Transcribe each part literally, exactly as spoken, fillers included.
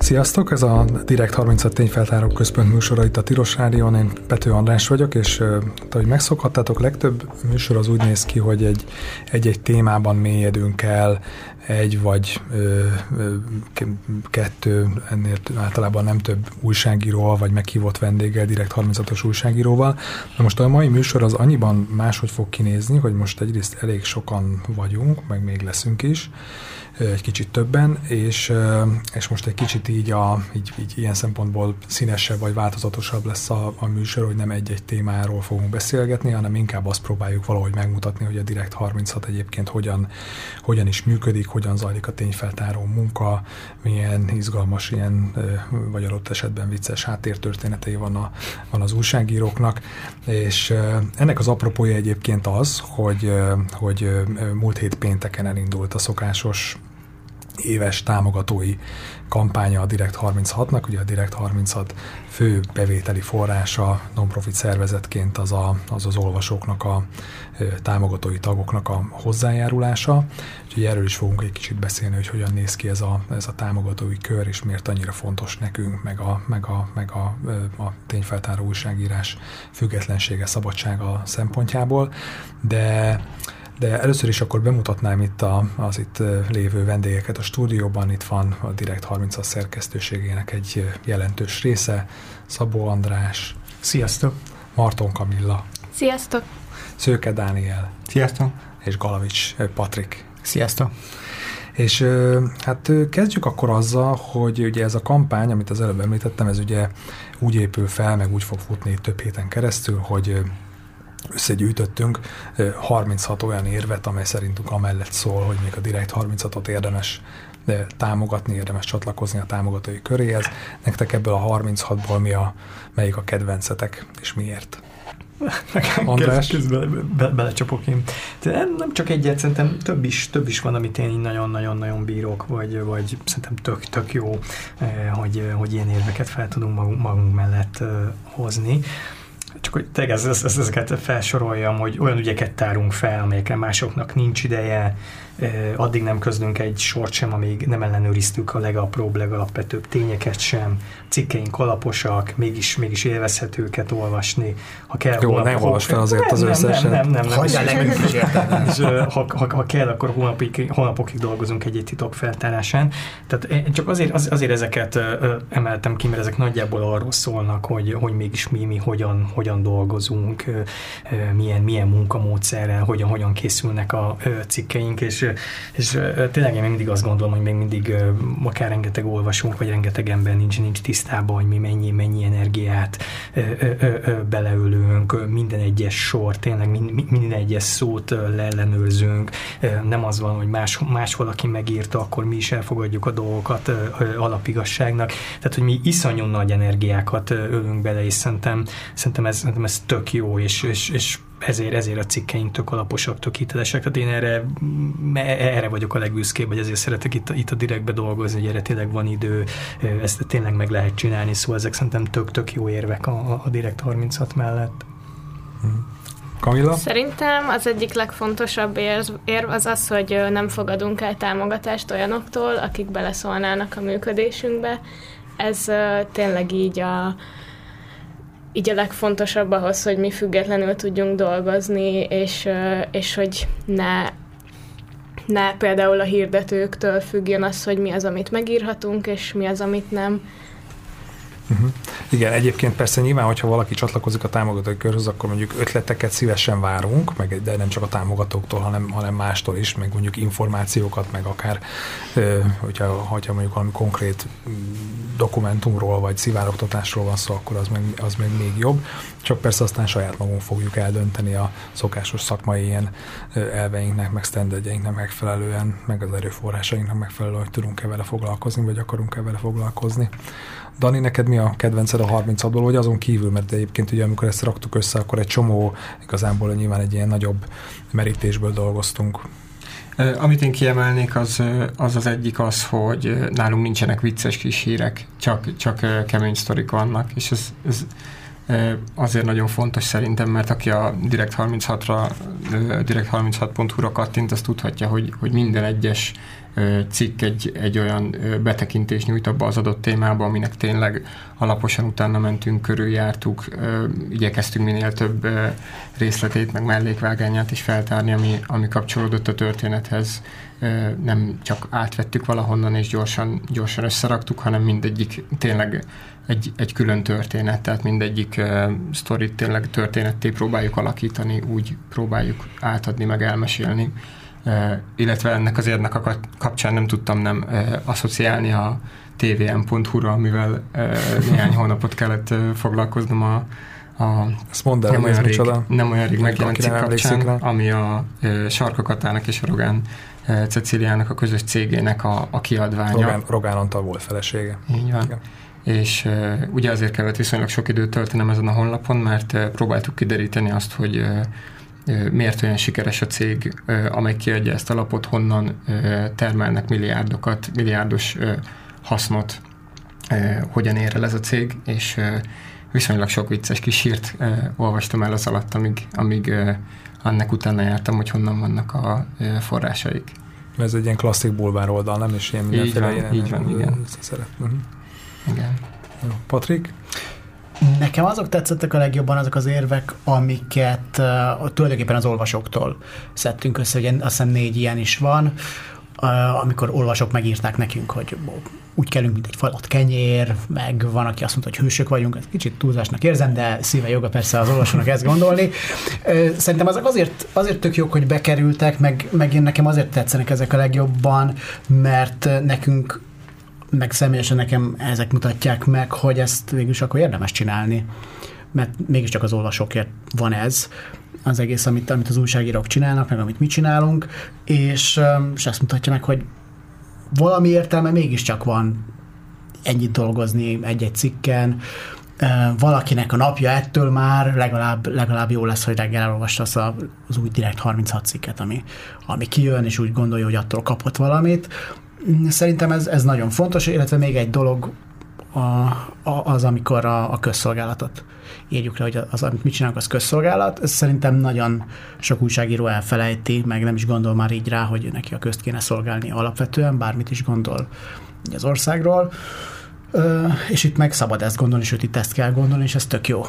Sziasztok! Ez a Direkt harminchat Tényfeltáró Központ műsora itt a Tilos Rádión. Én Pető András vagyok, és ahogy megszokhattátok, legtöbb műsor az úgy néz ki, hogy egy, egy-egy témában mélyedünk el, egy vagy ö, ö, kettő, ennél általában nem több újságíróval, vagy meghívott vendéggel, Direkt harminchatos újságíróval. Na most a mai műsor az annyiban máshogy fog kinézni, hogy most egyrészt elég sokan vagyunk, meg még leszünk is, egy kicsit többen, és, és most egy kicsit így, a, így, így ilyen szempontból színesebb vagy változatosabb lesz a, a műsor, hogy nem egy-egy témáról fogunk beszélgetni, hanem inkább azt próbáljuk valahogy megmutatni, hogy a Direkt harminchat egyébként hogyan, hogyan is működik, hogyan zajlik a tényfeltáró munka, milyen izgalmas, ilyen, vagy adott esetben vicces háttértörténetei van, a, van az újságíróknak, és ennek az apropója egyébként az, hogy, hogy múlt hét pénteken elindult a szokásos éves támogatói kampánya a Direkt harminchatnak. Ugye a Direkt harminchat fő bevételi forrása non-profit szervezetként az, a, az az olvasóknak, a támogatói tagoknak a hozzájárulása. Úgyhogy erről is fogunk egy kicsit beszélni, hogy hogyan néz ki ez a, ez a támogatói kör, és miért annyira fontos nekünk, meg a, meg a, meg a, a tényfeltáró újságírás függetlensége, szabadsága szempontjából. De De először is akkor bemutatnám itt a, az itt lévő vendégeket a stúdióban. Itt van a Direkt harminchat szerkesztőségének egy jelentős része, Szabó András. Sziasztok! Marton Kamilla. Sziasztok! Szőke Dániel. Sziasztok! És Galavics Patrik. Sziasztok! És hát kezdjük akkor azzal, hogy ugye ez a kampány, amit az előbb említettem, ez ugye úgy épül fel, meg úgy fog futni több héten keresztül, hogy összegyűjtöttünk harminchat olyan érvet, amely szerintünk amellett szól, hogy még a Direkt harminchatot érdemes támogatni, érdemes csatlakozni a támogatói köréhez. Nektek ebből a harminchatból mi a, melyik a kedvencetek, és miért? András? Közben be, belecsapok én. De nem csak egyet, szerintem több is, több is van, amit én nagyon-nagyon-nagyon bírok, vagy, vagy szerintem tök, tök jó, hogy, hogy ilyen érveket fel tudunk magunk, magunk mellett hozni. Csak hogy tényleg ez, ez, ezeket felsoroljam, hogy olyan ügyeket tárunk fel, amelyekre másoknak nincs ideje, addig nem közlünk egy sort sem, amíg nem ellenőriztük a legapróbb, legalapvetőbb tényeket sem. Cikkeink alaposak, mégis, mégis élvezhetőket olvasni. Ha kell, jó, hónap, nem olvasd fel azért az összeset. Nem, nem, nem. nem, Hagyjál nekünk is értelme. Ha, ha, ha kell, akkor hónapig, hónapokig dolgozunk egy-egy titok feltárásán. Tehát csak azért, az, azért ezeket ö, emeltem ki, mert ezek nagyjából arról szólnak, hogy, hogy mégis mi, mi hogyan, hogyan dolgozunk, ö, ö, milyen, milyen munkamódszerrel, hogyan, hogyan készülnek a ö, cikkeink, és és tényleg én mindig azt gondolom, hogy még mindig akár rengeteg olvasónk, vagy rengeteg ember nincs, nincs tisztában, hogy mi mennyi, mennyi energiát ö, ö, ö, beleölünk, minden egyes sor, tényleg mind, minden egyes szót leellenőrzünk. Nem az van, hogy más, más valaki megírta, akkor mi is elfogadjuk a dolgokat ö, ö, alapigasságnak. Tehát, hogy mi iszonyú nagy energiákat ölünk bele, és szerintem, szerintem, ez, szerintem ez tök jó, és, és, és Ezért, ezért a cikkeink tök alaposak, tök hitelesek. Tehát én erre, erre vagyok a legbüszkébb, hogy ezért szeretek itt, itt a Direktbe dolgozni, hogy erre tényleg van idő, ezt tényleg meg lehet csinálni, szóval ezek szerintem tök-tök jó érvek a, a Direkt harminchat mellett. Kamilla? Szerintem az egyik legfontosabb érv az az, hogy nem fogadunk el támogatást olyanoktól, akik beleszólnának a működésünkbe. Ez tényleg így a így a legfontosabb ahhoz, hogy mi függetlenül tudjunk dolgozni, és, és hogy ne, ne például a hirdetőktől függjön az, hogy mi az, amit megírhatunk, és mi az, amit nem. Uh-huh. Igen, egyébként persze nyilván, hogyha valaki csatlakozik a támogatói körhöz, akkor mondjuk ötleteket szívesen várunk, meg, de nem csak a támogatóktól, hanem, hanem mástól is, meg mondjuk információkat, meg akár, hogyha, hogyha mondjuk valami konkrét dokumentumról, vagy szivárogtatásról van szó, akkor az meg, az meg még jobb. Csak persze aztán saját magunk fogjuk eldönteni a szokásos szakmai ilyen elveinknek, meg standardjainknek megfelelően, meg az erőforrásainknak megfelelően, hogy tudunk-e vele foglalkozni, vagy akarunk-e vele foglalkozni. Dani, neked mi a kedvenced a harminchatból, vagy azon kívül, mert egyébként ugye amikor ezt raktuk össze, akkor egy csomó, igazából nyilván egy ilyen nagyobb merítésből dolgoztunk. Amit én kiemelnék, az, az az egyik az, hogy nálunk nincsenek vicces kis hírek, csak, csak kemény sztorik vannak, és ez, ez azért nagyon fontos szerintem, mert aki a Direkt harminchatra, direkt harminchat pont hu-ra kattint, az tudhatja, hogy, hogy minden egyes cikk egy, egy olyan betekintést nyújt abba az adott témába, aminek tényleg alaposan utána mentünk, körüljártuk, igyekeztünk minél több részletét, meg mellékvágányát is feltárni, ami, ami kapcsolódott a történethez. Nem csak átvettük valahonnan és gyorsan, gyorsan összeraktuk, hanem mindegyik tényleg egy, egy külön történet, tehát mindegyik uh, sztorit tényleg történetté próbáljuk alakítani, úgy próbáljuk átadni, meg elmesélni. Uh, illetve ennek az érnek a kapcsán nem tudtam nem uh, asszociálni a té vé em pont hú-ra, amivel uh, néhány hónapot kellett uh, foglalkoznom a, a Ezt mondd el, nem, olyan rég, micsoda? nem olyan rég megjelent cikk kapcsán, ami a uh, Sarka Katának és a Rogán uh, Ceciliának a közös cégének a, a kiadványa. Rogán, Rogán Antal volt felesége. Így van. Igen. És uh, ugye azért kellett viszonylag sok időt töltenem ezen a honlapon, mert uh, próbáltuk kideríteni azt, hogy uh, uh, miért olyan sikeres a cég, uh, amely kiadja ezt a lapot, honnan uh, termelnek milliárdokat, milliárdos uh, hasznot, uh, hogyan ér el ez a cég, és uh, viszonylag sok vicces kis hírt uh, olvastam el az alatt, amíg, amíg uh, annak utána jártam, hogy honnan vannak a uh, forrásaik. Ez egy ilyen klasszik bulvár oldal, nem? És ilyen mindenféle így van, így van, igen. Szeretném. Igen. Jó. Patrik? Nekem azok tetszettek a legjobban, azok az érvek, amiket uh, tulajdonképpen az olvasóktól szedtünk össze, hogy azt hiszem négy ilyen is van, uh, amikor olvasók megírták nekünk, hogy úgy kellünk, mint egy falat kenyér, meg van, aki azt mondta, hogy hősök vagyunk, ez kicsit túlzásnak érzem, de szíve joga persze az olvasónak ezt gondolni. Uh, szerintem azok azért, azért tök jók, hogy bekerültek, meg, meg én nekem azért tetszenek ezek a legjobban, mert nekünk meg személyesen nekem ezek mutatják meg, hogy ezt végülis akkor érdemes csinálni. Mert mégiscsak az olvasókért van ez, az egész, amit, amit az újságírók csinálnak, meg amit mi csinálunk, és, és ezt mutatja meg, hogy valami értelme mégiscsak van ennyit dolgozni egy-egy cikken. Valakinek a napja ettől már legalább, legalább jó lesz, hogy reggel elolvasta az, a, az új Direkt harminchat cikket, ami, ami kijön, és úgy gondolja, hogy attól kapott valamit. Szerintem ez, ez nagyon fontos, illetve még egy dolog a, a, az, amikor a, a közszolgálatot írjuk le, hogy az, amit mit csinálunk, az közszolgálat. Ez szerintem nagyon sok újságíró elfelejti, meg nem is gondol már így rá, hogy neki a közt kéne szolgálni alapvetően, bármit is gondol az országról. Ö, és itt meg szabad ezt gondolni, sőt itt ezt kell gondolni, és ez tök jó.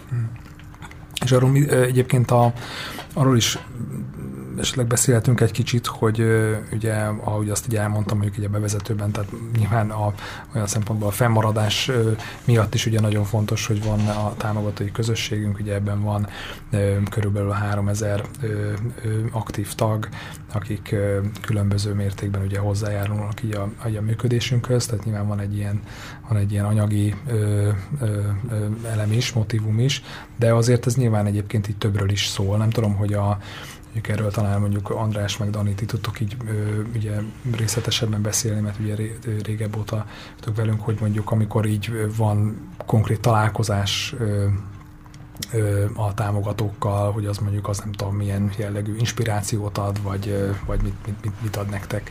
És arról mi, egyébként a, arról is esetleg beszélhetünk egy kicsit, hogy ugye, ahogy azt így elmondtam, mondjuk így a bevezetőben, tehát nyilván a, olyan szempontból a fennmaradás miatt is ugye nagyon fontos, hogy van a támogatói közösségünk, ugye ebben van körülbelül háromezer aktív tag, akik különböző mértékben ugye hozzájárulnak így a, a működésünkhöz, tehát nyilván van egy ilyen, van egy ilyen anyagi ö, ö, elem is, motivum is, de azért ez nyilván egyébként így többről is szól. Nem tudom, hogy a Mondjuk erről talán mondjuk András meg Dani, ti tudtok így ö, ugye részletesebben beszélni, mert ugye ré, régebb óta tudok velünk, hogy mondjuk amikor így van konkrét találkozás ö, ö, a támogatókkal, hogy az mondjuk az nem tudom milyen jellegű inspirációt ad, vagy, ö, vagy mit, mit, mit, mit ad nektek.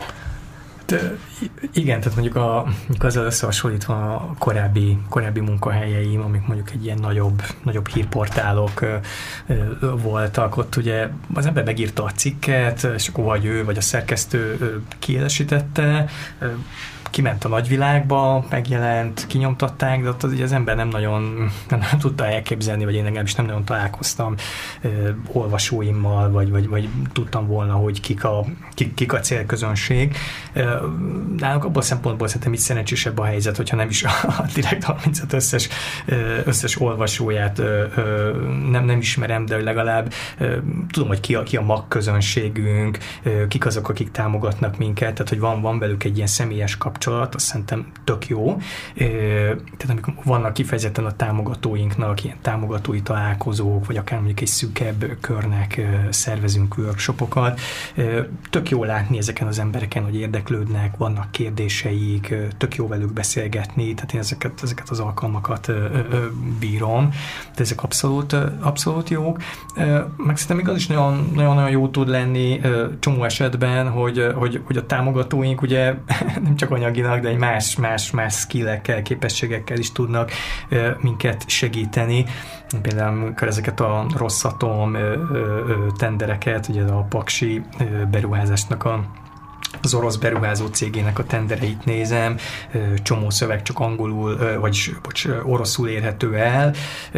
De, igen, tehát mondjuk a, azzal összehasonlítva a korábbi, korábbi munkahelyeim, amik mondjuk egy ilyen nagyobb, nagyobb hírportálok ö, ö, voltak, ott ugye az ember megírta a cikket, és akkor vagy ő, vagy a szerkesztő ö, kiélesítette, ö, kiment a nagyvilágba, megjelent, kinyomtatták, de ott az, ugye az ember nem nagyon nem, nem tudta elképzelni, vagy én legalábbis nem nagyon találkoztam ö, olvasóimmal, vagy, vagy, vagy tudtam volna, hogy kik a, kik, kik a célközönség. Ö, nálunk abban a szempontból szerintem így szerencsésebb a helyzet, hogyha nem is a, a Direkt harminchat összes, ö, összes olvasóját ö, ö, nem, nem ismerem, de legalább ö, tudom, hogy ki a, ki a magközönségünk, ö, kik azok, akik támogatnak minket, tehát hogy van, van velük egy ilyen személyes kapcsolat, azt szerintem tök jó. Tehát amikor vannak kifejezetten a támogatóinknak ilyen támogatói találkozók, vagy akár mondjuk egy szűkebb körnek szervezünk workshopokat, tök jó látni ezeken az embereken, hogy érdeklődnek, vannak kérdéseik, tök jó velük beszélgetni, tehát én ezeket, ezeket az alkalmakat bírom, de ezek abszolút, abszolút jók. Meg szerintem még az is nagyon, nagyon, nagyon jó tud lenni csomó esetben, hogy, hogy, hogy a támogatóink ugye nem csak anyagilag, de egy más, más, más skillekkel, képességekkel is tudnak ö, minket segíteni. Például amikor ezeket a rosszatom ö, ö, tendereket, ugye a paksi ö, beruházásnak a az orosz beruházó cégének a tendereit nézem, csomó szöveg csak angolul, vagyis bocs, oroszul érhető el.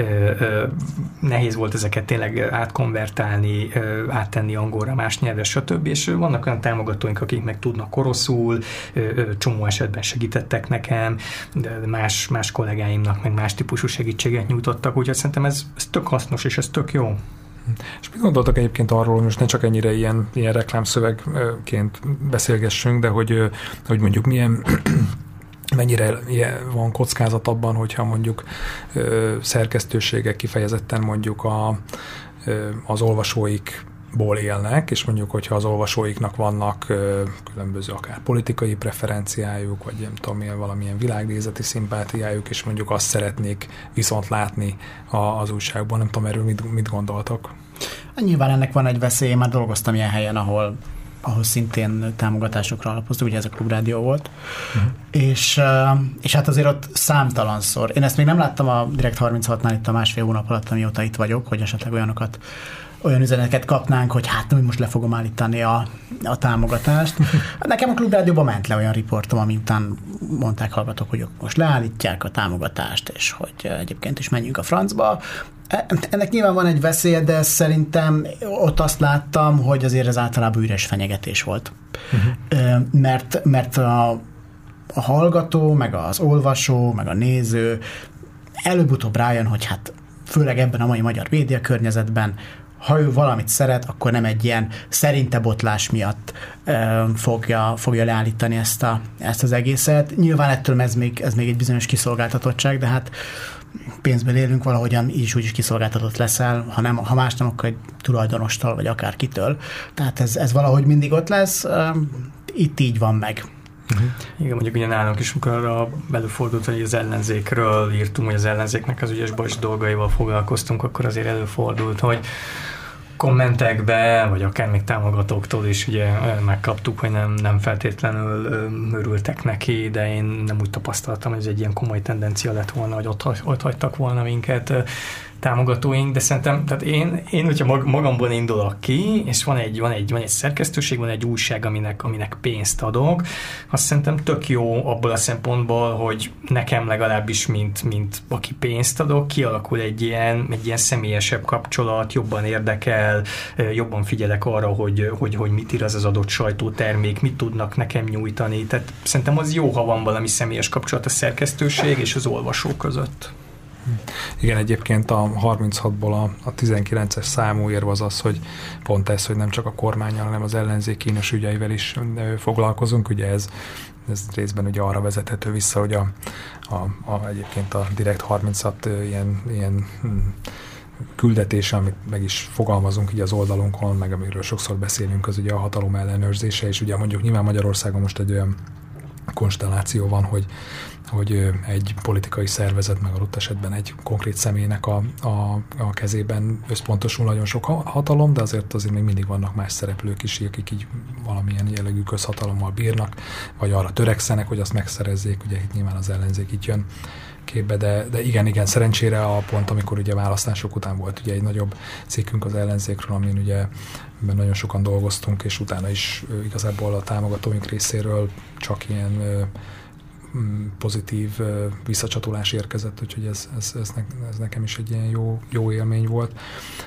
Nehéz volt ezeket tényleg átkonvertálni, áttenni angolra, más nyelvre, stb. És vannak olyan támogatóink, akik meg tudnak oroszul, csomó esetben segítettek nekem, de más, más kollégáimnak meg más típusú segítséget nyújtottak, úgyhogy szerintem ez, ez tök hasznos, és ez tök jó. És mit gondoltak egyébként arról, hogy most ne csak ennyire ilyen, ilyen reklámszövegként beszélgessünk, de hogy, hogy mondjuk milyen mennyire van kockázat abban, hogyha mondjuk szerkesztőségek kifejezetten mondjuk a, az olvasóik ból élnek, és mondjuk, hogyha az olvasóiknak vannak ö, különböző akár politikai preferenciájuk, vagy nem tudom, milyen valamilyen világnézeti szimpátiájuk, és mondjuk azt szeretnék viszont látni a, az újságban. Nem tudom, erről mit, mit gondoltok? Nyilván ennek van egy veszély, én már dolgoztam ilyen helyen, ahol ahol szintén támogatásokra alapoztuk, ugye ez a Klubrádió volt, uh-huh. és, és hát azért ott számtalanszor, én ezt még nem láttam a Direkt harminchatnál itt a másfél hónap alatt, amióta itt vagyok, hogy esetleg olyanokat olyan üzeneteket kapnánk, hogy hát nem, most le fogom állítani a, a támogatást. Nekem a Klubrádióban ment le olyan riportom, ami után mondták hallgatók, hogy most leállítják a támogatást, és hogy egyébként is menjünk a francba. Ennek nyilván van egy veszélye, de szerintem ott azt láttam, hogy azért ez általában üres fenyegetés volt. Uh-huh. Mert, mert a, a hallgató, meg az olvasó, meg a néző előbb-utóbb rájön, hogy hát főleg ebben a mai magyar média környezetben, ha ő valamit szeret, akkor nem egy ilyen szerinte botlás miatt ö, fogja, fogja leállítani ezt, a, ezt az egészet. Nyilván ettől ez még, ez még egy bizonyos kiszolgáltatottság, de hát pénzből élünk, valahogyan így is úgy is kiszolgáltatott leszel, ha, nem, ha más nem, akkor egy tulajdonostól, vagy akár kitől. Tehát ez, ez valahogy mindig ott lesz, itt így van meg. Uh-huh. Igen, mondjuk ugye nálunk is, amikor előfordult, hogy az ellenzékről írtunk, hogy az ellenzéknek az ügyes bajs dolgaival foglalkoztunk, akkor azért előfordult, hogy kommentekbe, vagy akár még támogatóktól is ugye megkaptuk, hogy nem, nem feltétlenül örültek neki, de én nem úgy tapasztaltam, hogy ez egy ilyen komoly tendencia lett volna, hogy ott, ott hagytak volna minket támogatóink, de szerintem, tehát én, én hogyha magamból indulok ki, és van egy, van egy, van egy szerkesztőség, van egy újság, aminek, aminek pénzt adok, azt szerintem tök jó abból a szempontból, hogy nekem legalábbis, mint, mint aki pénzt adok, kialakul egy ilyen, egy ilyen személyesebb kapcsolat, jobban érdekel, jobban figyelek arra, hogy, hogy, hogy mit ír az az adott sajtótermék, mit tudnak nekem nyújtani, tehát szerintem az jó, ha van valami személyes kapcsolat a szerkesztőség és az olvasó között. Igen, egyébként a harminchatból a, a tizenkilences számú érv az az, hogy pont ez, hogy nem csak a kormánnyal, hanem az ellenzék kínos ügyeivel is foglalkozunk. Ugye ez, ez részben ugye arra vezethető vissza, hogy a, a, a, egyébként a Direkt harminchat ilyen, ilyen küldetése, amit meg is fogalmazunk így az oldalunkon, meg amiről sokszor beszélünk, az ugye a hatalom ellenőrzése, és ugye mondjuk nyilván Magyarországon most egy olyan konstelláció van, hogy hogy egy politikai szervezet, meg adott esetben egy konkrét személynek a, a, a kezében összpontosul nagyon sok hatalom, de azért azért még mindig vannak más szereplők is, akik így valamilyen jellegű közhatalommal bírnak, vagy arra törekszenek, hogy azt megszerezzék, ugye itt nyilván az ellenzék itt jön képbe, de, de igen, igen, szerencsére a pont, amikor ugye választások után volt ugye egy nagyobb cikkünk az ellenzékről, amin ugye nagyon sokan dolgoztunk, és utána is igazából a támogatóink részéről csak ilyen pozitív visszacsatolás érkezett, úgyhogy ez, ez, ez, ne, ez nekem is egy ilyen jó, jó élmény volt.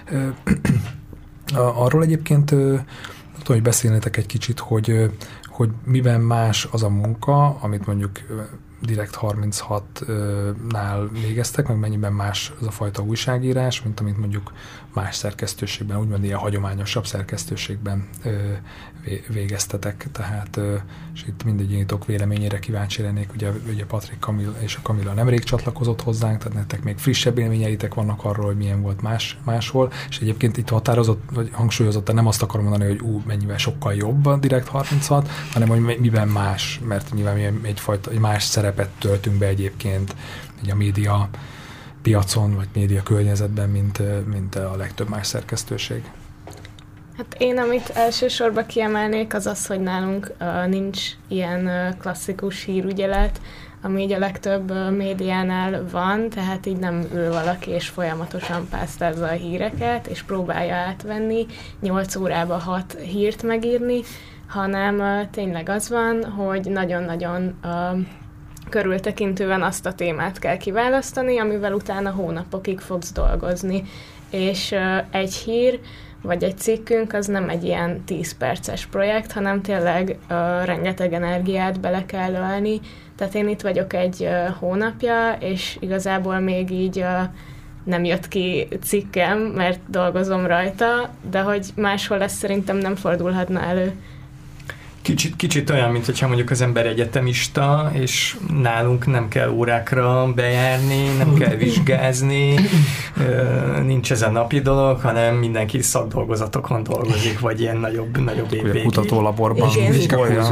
Arról egyébként tudom, hogy beszélnetek egy kicsit, hogy, hogy miben más az a munka, amit mondjuk Direkt harminchatnál végeztek, meg mennyiben más az a fajta újságírás, mint amit mondjuk más szerkesztőségben, úgymond ilyen hagyományosabb szerkesztőségben végeztetek. Tehát, és itt mindegyitok véleményére kíváncsi lennék, ugye, ugye Patrik Kamil és a Kamilla nemrég csatlakozott hozzánk, tehát nektek még frissebb élményeitek vannak arról, hogy milyen volt más, máshol, és egyébként itt határozott, vagy hangsúlyozott, nem azt akarom mondani, hogy ú, mennyivel sokkal jobb a Direkt harminchat, hanem hogy miben más, mert nyilván egyfajta, egy más szerepet töltünk be egyébként egy a média piacon, vagy média környezetben, mint, mint a legtöbb más szerkesztőség. Hát én, amit elsősorban kiemelnék, az az, hogy nálunk uh, nincs ilyen uh, klasszikus hírügyelet, ami így a legtöbb uh, médiánál van, tehát így nem ül valaki és folyamatosan pásztázza a híreket, és próbálja átvenni, nyolc órába hat hírt megírni, hanem tényleg az van, hogy nagyon-nagyon körültekintően azt a témát kell kiválasztani, amivel utána hónapokig fogsz dolgozni. És egy hír, vagy egy cikkünk az nem egy ilyen tíz perces projekt, hanem tényleg rengeteg energiát bele kell ölni. Tehát én itt vagyok egy hónapja, és igazából még így nem jött ki cikkem, mert dolgozom rajta, de hogy máshol ez szerintem nem fordulhatna elő. Kicsit, kicsit olyan, mint hogyha mondjuk az ember egyetemista, és nálunk nem kell órákra bejárni, nem kell vizsgázni, nincs ez a napi dolog, hanem mindenki szakdolgozatokon dolgozik, vagy ilyen nagyobb, nagyobb évvégi. Kutatólaborban vizsgálja.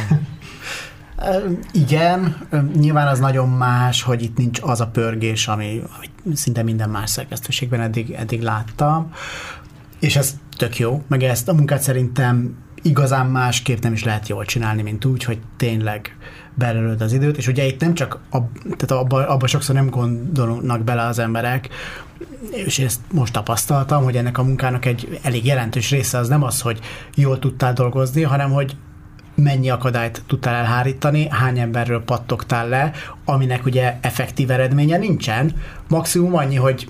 Igen, nyilván az nagyon más, hogy itt nincs az a pörgés, ami, amit szinte minden más szerkesztőségben eddig, eddig láttam, és ez tök jó, meg ezt a munkát szerintem igazán másképp nem is lehet jól csinálni, mint úgy, hogy tényleg belőled az időt, és ugye itt nem csak, ab, tehát abba, abba sokszor nem gondolnak bele az emberek, és ezt most tapasztaltam, hogy ennek a munkának egy elég jelentős része az nem az, hogy jól tudtál dolgozni, hanem hogy mennyi akadályt tudtál elhárítani, hány emberről pattogtál le, aminek ugye effektív eredménye nincsen. Maximum annyi, hogy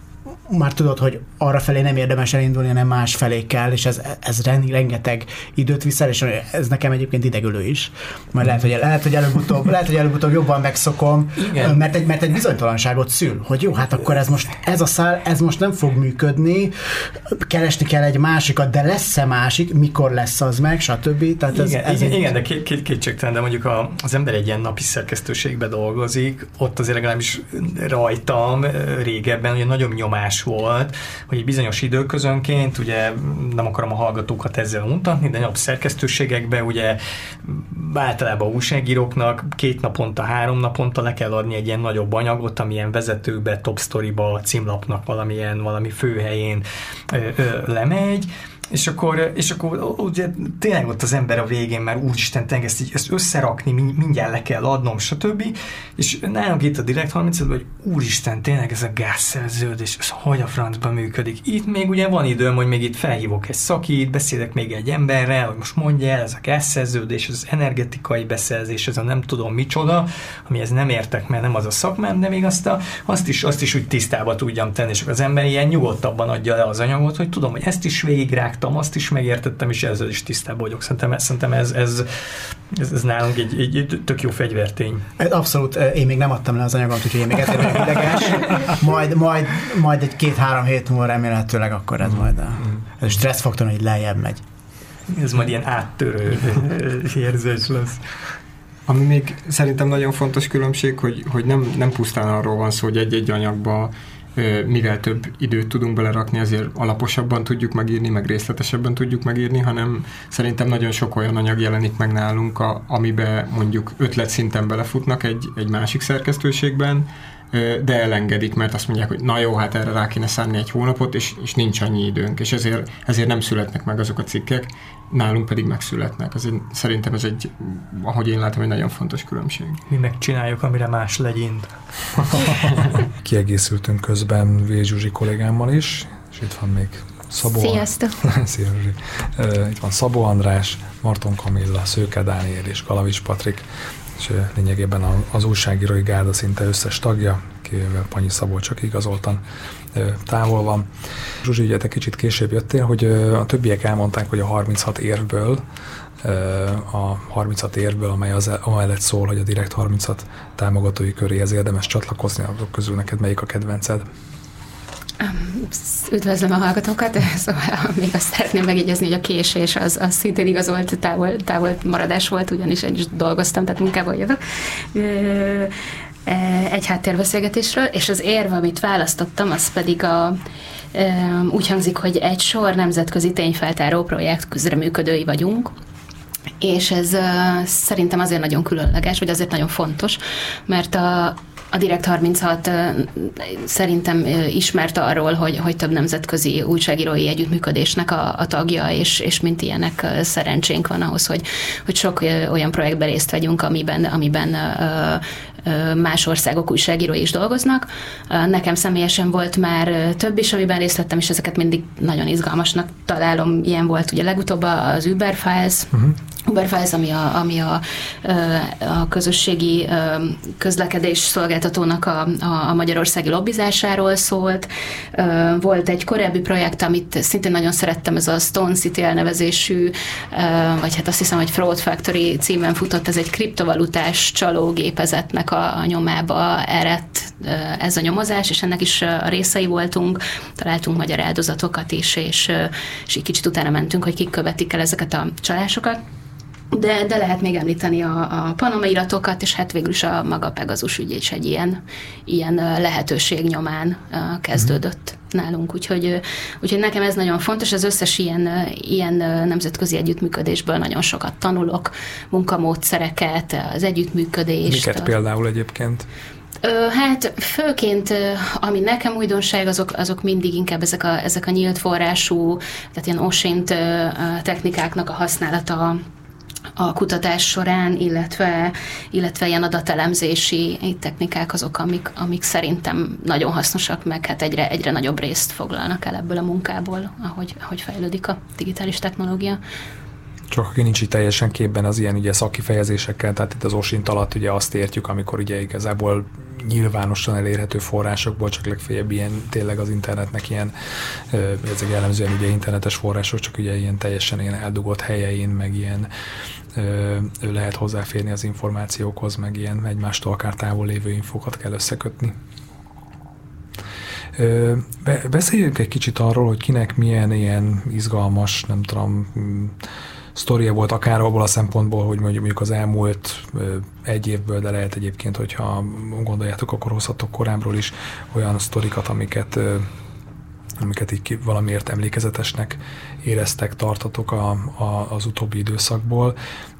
már tudod, hogy arra felé nem érdemes elindulni, hanem más felé kell, és ez, ez rengeteg időt viszel, és ez nekem egyébként idegölő is. Majd lehet, hogy, lehet, hogy előbb-utóbb, lehet, hogy előbb-utóbb jobban megszokom, mert egy, mert egy bizonytalanságot szül, hogy jó, hát akkor ez most, ez a szál, ez most nem fog működni, keresni kell egy másikat, de lesz-e másik, mikor lesz az meg, stb. Tehát ez, igen, ez igen, egy... igen, de két, két, kétségtelen, de mondjuk a, az ember egy ilyen napi szerkesztőségbe dolgozik, ott azért legalábbis rajtam régebben ugye nagyobb nyomás volt, hogy egy bizonyos időközönként, ugye nem akarom a hallgatókat ezzel mutatni, de nagyobb szerkesztőségekben ugye általában újságíróknak két naponta, három naponta le kell adni egy ilyen nagyobb anyagot, amilyen vezetőbe, top storyba, címlapnak valamilyen, valami főhelyén ö, ö, lemegy, és akkor, és akkor ugye tényleg ott az ember a végén már úristen, tényleg ezt, így, ezt összerakni, mindjárt le kell adnom, stb. És nálunk itt a Direkt harmincban, hogy úristen, tényleg ez a gázszerződés, ez hogy a francban működik. Itt még ugye van időm, hogy még itt felhívok egy szakit, beszélek még egy emberrel, hogy most mondja el, ez a gázszerződés, ez az energetikai beszerzés, ez a nem tudom micsoda, amihez nem értek, mert nem az a szakmám, de még azt, a, azt, is, azt is úgy tisztába tudjam tenni, és az ember ilyen nyugodtabban adja le az anyagot, hogy tudom, hogy ezt is végigrágtam, azt is megértettem, és ezzel is tisztában vagyok. Szerintem, szerintem ez, ez, ez, ez nálunk egy, egy, egy tök jó fegyvertény. Abszolút, én még nem adtam le az anyagot, úgyhogy én még ezért vagyok ideges. Majd, majd, majd egy két-három hét múlva remélhetőleg akkor ez majd a, a stresszfaktor, hogy lejjebb megy. Ez majd ilyen áttörő érzés lesz. Ami még szerintem nagyon fontos különbség, hogy, hogy nem, nem pusztán arról van szó, hogy egy-egy anyagba mivel több időt tudunk belerakni, azért alaposabban tudjuk megírni, meg részletesebben tudjuk megírni, hanem szerintem nagyon sok olyan anyag jelenik meg nálunk, a, amiben mondjuk ötletszinten belefutnak egy, egy másik szerkesztőségben, de elengedik, mert azt mondják, hogy na jó, hát erre rá kéne szánni egy hónapot, és, és nincs annyi időnk, és ezért, ezért nem születnek meg azok a cikkek, nálunk pedig megszületnek. Ez egy, szerintem ez egy, ahogy én látom, egy nagyon fontos különbség. Mi megcsináljuk, amire más legyint. Kiegészültünk közben Vész Zsuzsi kollégámmal is, és itt van még Szabó. Sziasztok! Szia, Zsuzsi. Itt van Szabó András, Marton Kamilla, Szőke Dániel és Galavics Patrik, és lényegében az újságírói gárda szinte összes tagja, kivéve Panyi Szabó csak igazoltan távol van. Zsuzsi, ugye te kicsit később jöttél, hogy a többiek elmondták, hogy a harminchat érvből, a harminchat érvből, amely az amellett szól, hogy a Direkt harminchat támogatói köréhez érdemes csatlakozni, azok közül neked melyik a kedvenced? Üdvözlöm a hallgatókat, szóval még azt szeretném megjegyezni, hogy a késés az, az szintén igazolt távol, távol maradás volt, ugyanis én is dolgoztam, tehát munkából jövök. Egy háttérbeszélgetésről, és az érv, amit választottam, az pedig a, úgy hangzik, hogy egy sor nemzetközi tényfeltáró projekt közreműködői vagyunk, és ez szerintem azért nagyon különleges, vagy azért nagyon fontos, mert a A Direkt harminchat szerintem ismert arról, hogy, hogy több nemzetközi újságírói együttműködésnek a, a tagja, és, és mint ilyenek szerencsénk van ahhoz, hogy, hogy sok olyan projektben részt vegyünk, amiben, amiben más országok újságírói is dolgoznak. Nekem személyesen volt már több is, amiben részt vettem, és ezeket mindig nagyon izgalmasnak találom. Ilyen volt ugye legutóbb az Uber Files, uh-huh. Uber Files, ami a, ami a, a közösségi közlekedés szolgáltatónak a, a, a magyarországi lobbizásáról szólt. Volt egy korábbi projekt, amit szintén nagyon szerettem, ez a Stone City elnevezésű, vagy hát azt hiszem, hogy Fraud Factory címen futott, ez egy kriptovalutás csalógépezetnek a, a nyomába eredt ez a nyomozás, és ennek is a részei voltunk, találtunk magyar áldozatokat is, és, és egy kicsit utána mentünk, hogy kik követik el ezeket a csalásokat. De, de lehet még említeni a, a Panama iratokat, és hát végül is a maga Pegasus ügy is egy ilyen, ilyen lehetőség nyomán kezdődött mm. nálunk. Úgyhogy, úgyhogy nekem ez nagyon fontos, az összes ilyen, ilyen nemzetközi együttműködésből nagyon sokat tanulok, munkamódszereket, az együttműködést. Miket például egyébként? Hát főként, ami nekem újdonság, azok, azok mindig inkább ezek a, ezek a nyílt forrású, tehát ilyen OSINT technikáknak a használata a kutatás során, illetve, illetve ilyen adatelemzési technikák azok, amik, amik szerintem nagyon hasznosak, meg hát egyre, egyre nagyobb részt foglalnak el ebből a munkából, ahogy, ahogy fejlődik a digitális technológia. Csak aki nincs így teljesen képben az ilyen ugye szakifejezésekkel, tehát itt az OSINT alatt ugye azt értjük, amikor ugye igazából nyilvánosan elérhető forrásokból, csak legfeljebb ilyen tényleg az internetnek ilyen, ezek jellemzően ugye internetes források, csak ugye ilyen teljesen ilyen eldugott helyein, meg ilyen lehet hozzáférni az információkhoz, meg ilyen egymástól akár távol lévő infókat kell összekötni. Beszéljünk egy kicsit arról, hogy kinek milyen ilyen izgalmas, nem tudom, sztoria volt akár abból a szempontból, hogy mondjuk az elmúlt egy évből, de lehet egyébként, hogyha gondoljátok, akkor hozhatok korábbról is olyan sztorikat, amiket, amiket így valamiért emlékezetesnek éreztek, tartatok a, a, az utóbbi időszakból.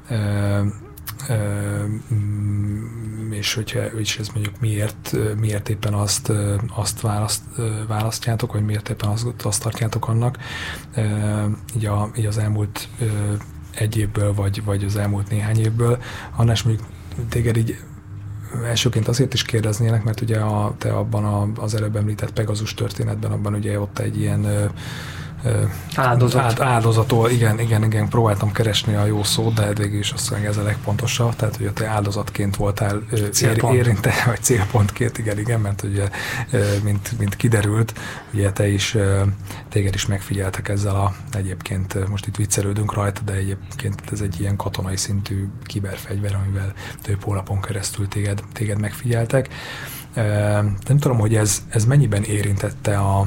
És hogyha és ez mondjuk miért, miért éppen azt, azt választ, választjátok, vagy miért éppen azt, azt tartjátok annak, így, a, így az elmúlt egy évből, vagy, vagy az elmúlt néhány évből. Annás mondjuk téged így elsőként azért is kérdeznének, mert ugye a, te abban a, az előbb említett Pegasus történetben, abban ugye ott egy ilyen Áldozat. Áld, áldozatól, igen, igen, igen, próbáltam keresni a jó szót, de végül is azt mondja, ez a legpontosabb, tehát hogy te áldozatként voltál ér, érintve, vagy célpontként, igen, igen, mert ugye, mint, mint kiderült, ugye te is, téged is megfigyeltek ezzel a, egyébként most itt viccelődünk rajta, de egyébként ez egy ilyen katonai szintű kiberfegyver, amivel több hónapon keresztül téged, téged megfigyeltek. Nem tudom, hogy ez, ez mennyiben érintette a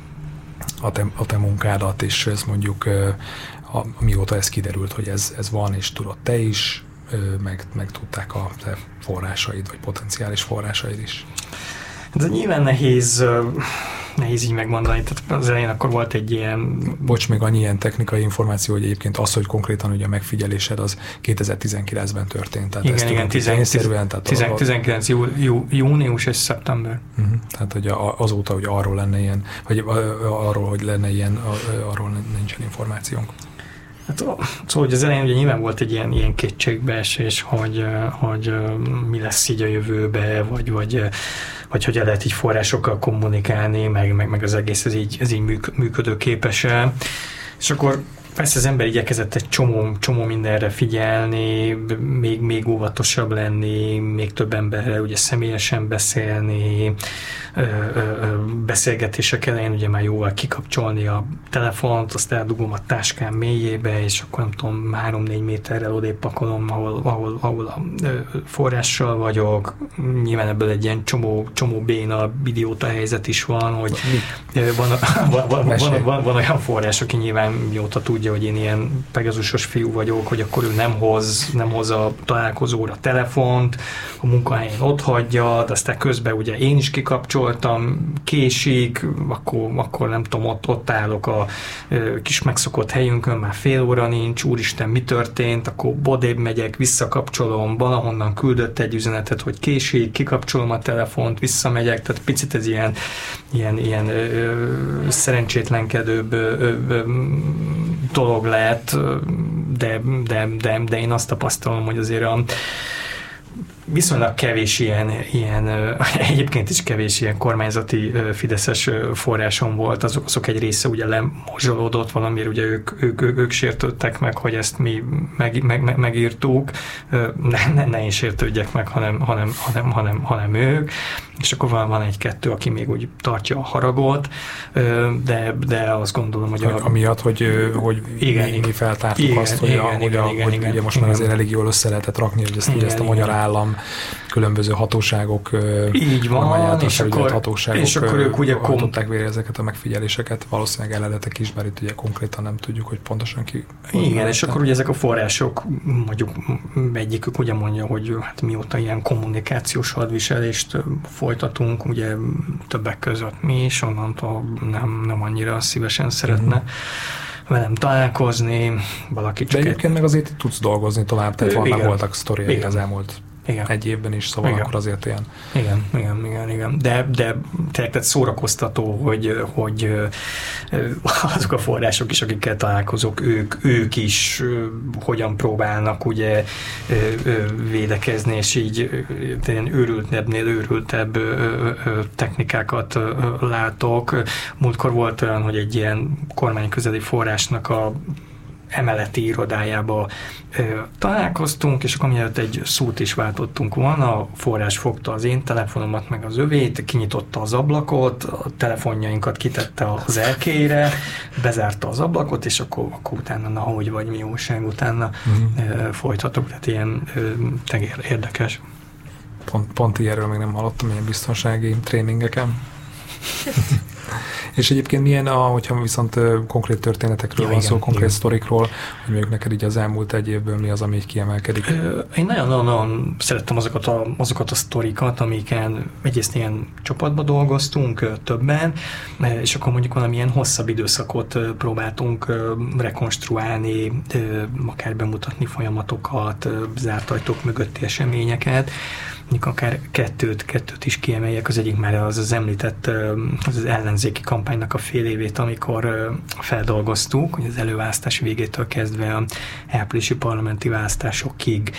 A te, a te munkádat, és ez mondjuk, a, mióta ez kiderült, hogy ez, ez van, és tudod te is, meg, meg tudták a te forrásaid, vagy potenciális forrásaid is. Ez nyilván nehéz, nehéz így megmondani. Tehát az elején akkor volt egy ilyen... Bocs, még annyi ilyen technikai információ, hogy egyébként az, hogy konkrétan ugye a megfigyelésed az kétezer-tizenkilencben történt. Tehát igen, igen, tizenkilenc jú, jú, június és szeptember. Uh-huh. Tehát hogy azóta, hogy arról lenne ilyen, vagy arról, hogy lenne ilyen, arról nincsen információnk. Hát, szóval, hogy az elején ugye nyilván volt egy ilyen, ilyen kétségbeesés, hogy, hogy mi lesz így a jövőbe, vagy, vagy, vagy hogy lehet így forrásokkal kommunikálni, meg, meg, meg az egész ez így, ez így működőképes-e. És akkor persze az ember igyekezett egy csomó, csomó mindenre figyelni, még, még óvatosabb lenni, még több emberrel ugye személyesen beszélni, ö, ö, ö, beszélgetések elején ugye már jóval kikapcsolni a telefont, azt eldugom a táskám mélyébe, és akkor nem tudom, három-négy méterrel odébb pakolom, ahol, ahol, ahol a ö, forrással vagyok. Nyilván ebből egy ilyen csomó, csomó béna, idióta helyzet is van, hogy van, van, van, van, van, van olyan forrás, aki nyilván mióta tudja, tudja, hogy én ilyen Pegazusos fiú vagyok, hogy akkor ő nem hoz, nem hoz a találkozóra telefont, a munkahelyen ott hagyja, de aztán közben ugye én is kikapcsoltam, késik, akkor, akkor nem tudom, ott, ott állok a kis megszokott helyünkön, már fél óra nincs, úristen, mi történt, akkor bodébb megyek, visszakapcsolom, valahonnan küldött egy üzenetet, hogy késik, kikapcsolom a telefont, visszamegyek, tehát picit ez ilyen, ilyen, ilyen ö, szerencsétlenkedőbb ö, ö, dolog lehet, de, de, de, de én azt tapasztalom, hogy azért a viszonylag kevés ilyen, ilyen, egyébként is kevés ilyen kormányzati fideszes forrásom volt, azok, azok egy része ugye lemorzsolódott valamiért, ugye ők, ők, ők, ők sértődtek meg, hogy ezt mi meg, meg, meg, megírtuk, ne, ne, ne én sértődjek meg, hanem, hanem, hanem, hanem, hanem ők, és akkor van, van egy-kettő, aki még úgy tartja a haragot, de, de azt gondolom, hogy... A, amiatt, hogy, hogy igen, mi feltártuk igen, azt, hogy, igen, a, hogy, igen, a, igen, hogy igen, ugye most igen. már azért elég jól össze lehetett rakni, hogy ezt, igen, ezt a magyar igen. állam, különböző hatóságok, így van, és akkor, hatóságok és akkor ők ugye hajtották végre ezeket a megfigyeléseket, valószínűleg eredetek is, bár itt ugye konkrétan nem tudjuk, hogy pontosan ki... Igen, és akkor ugye ezek a források, mondjuk egyikük ugye mondja, hogy hát mióta ilyen kommunikációs hadviselést folytatunk, ugye többek között mi is, onnantól nem, nem annyira szívesen szeretne mm-hmm. velem találkozni, valaki csak... De egyébként egy... meg azért tudsz dolgozni tovább, tehát vannak, igen. voltak sztoriai az elmúlt igen. egy évben is, szóval igen. akkor azért ilyen... Igen, igen, igen, igen. De, de tényleg tehát szórakoztató, hogy, hogy azok a források is, akikkel találkozok, ők, ők is hogyan próbálnak ugye védekezni, és így ilyen őrültebbnél őrültebb technikákat látok. Múltkor volt olyan, hogy egy ilyen kormányközeli forrásnak a emeleti irodájába ö, találkoztunk, és akkor mielőtt egy szót is váltottunk volna, a forrás fogta az én telefonomat, meg az övét, kinyitotta az ablakot, a telefonjainkat kitette az elkére, bezárta az ablakot, és akkor, akkor utána, na hogy vagy mi újság, utána uh-huh. ö, folytatok, tehát ilyen ö, tegér, érdekes. Pont, pont ilyenről még nem hallottam, ilyen biztonsági tréningeken. És egyébként milyen, a, hogyha viszont uh, konkrét történetekről ja, van igen, szó, konkrét igen. sztorikról, hogy mondjuk neked így az elmúlt egy évből mi az, ami így kiemelkedik? Én nagyon-nagyon szerettem azokat a, azokat a sztorikat, amiken egyrészt ilyen csapatban dolgoztunk többen, és akkor mondjuk valamilyen hosszabb időszakot próbáltunk rekonstruálni, akár bemutatni folyamatokat, zárt ajtók mögötti eseményeket, akár kettőt, kettőt is kiemeljek, az egyik már az az említett az, az ellenzéki kampánynak a fél évét, amikor feldolgoztuk, hogy az előválasztás végétől kezdve a áprilisi parlamenti választásokig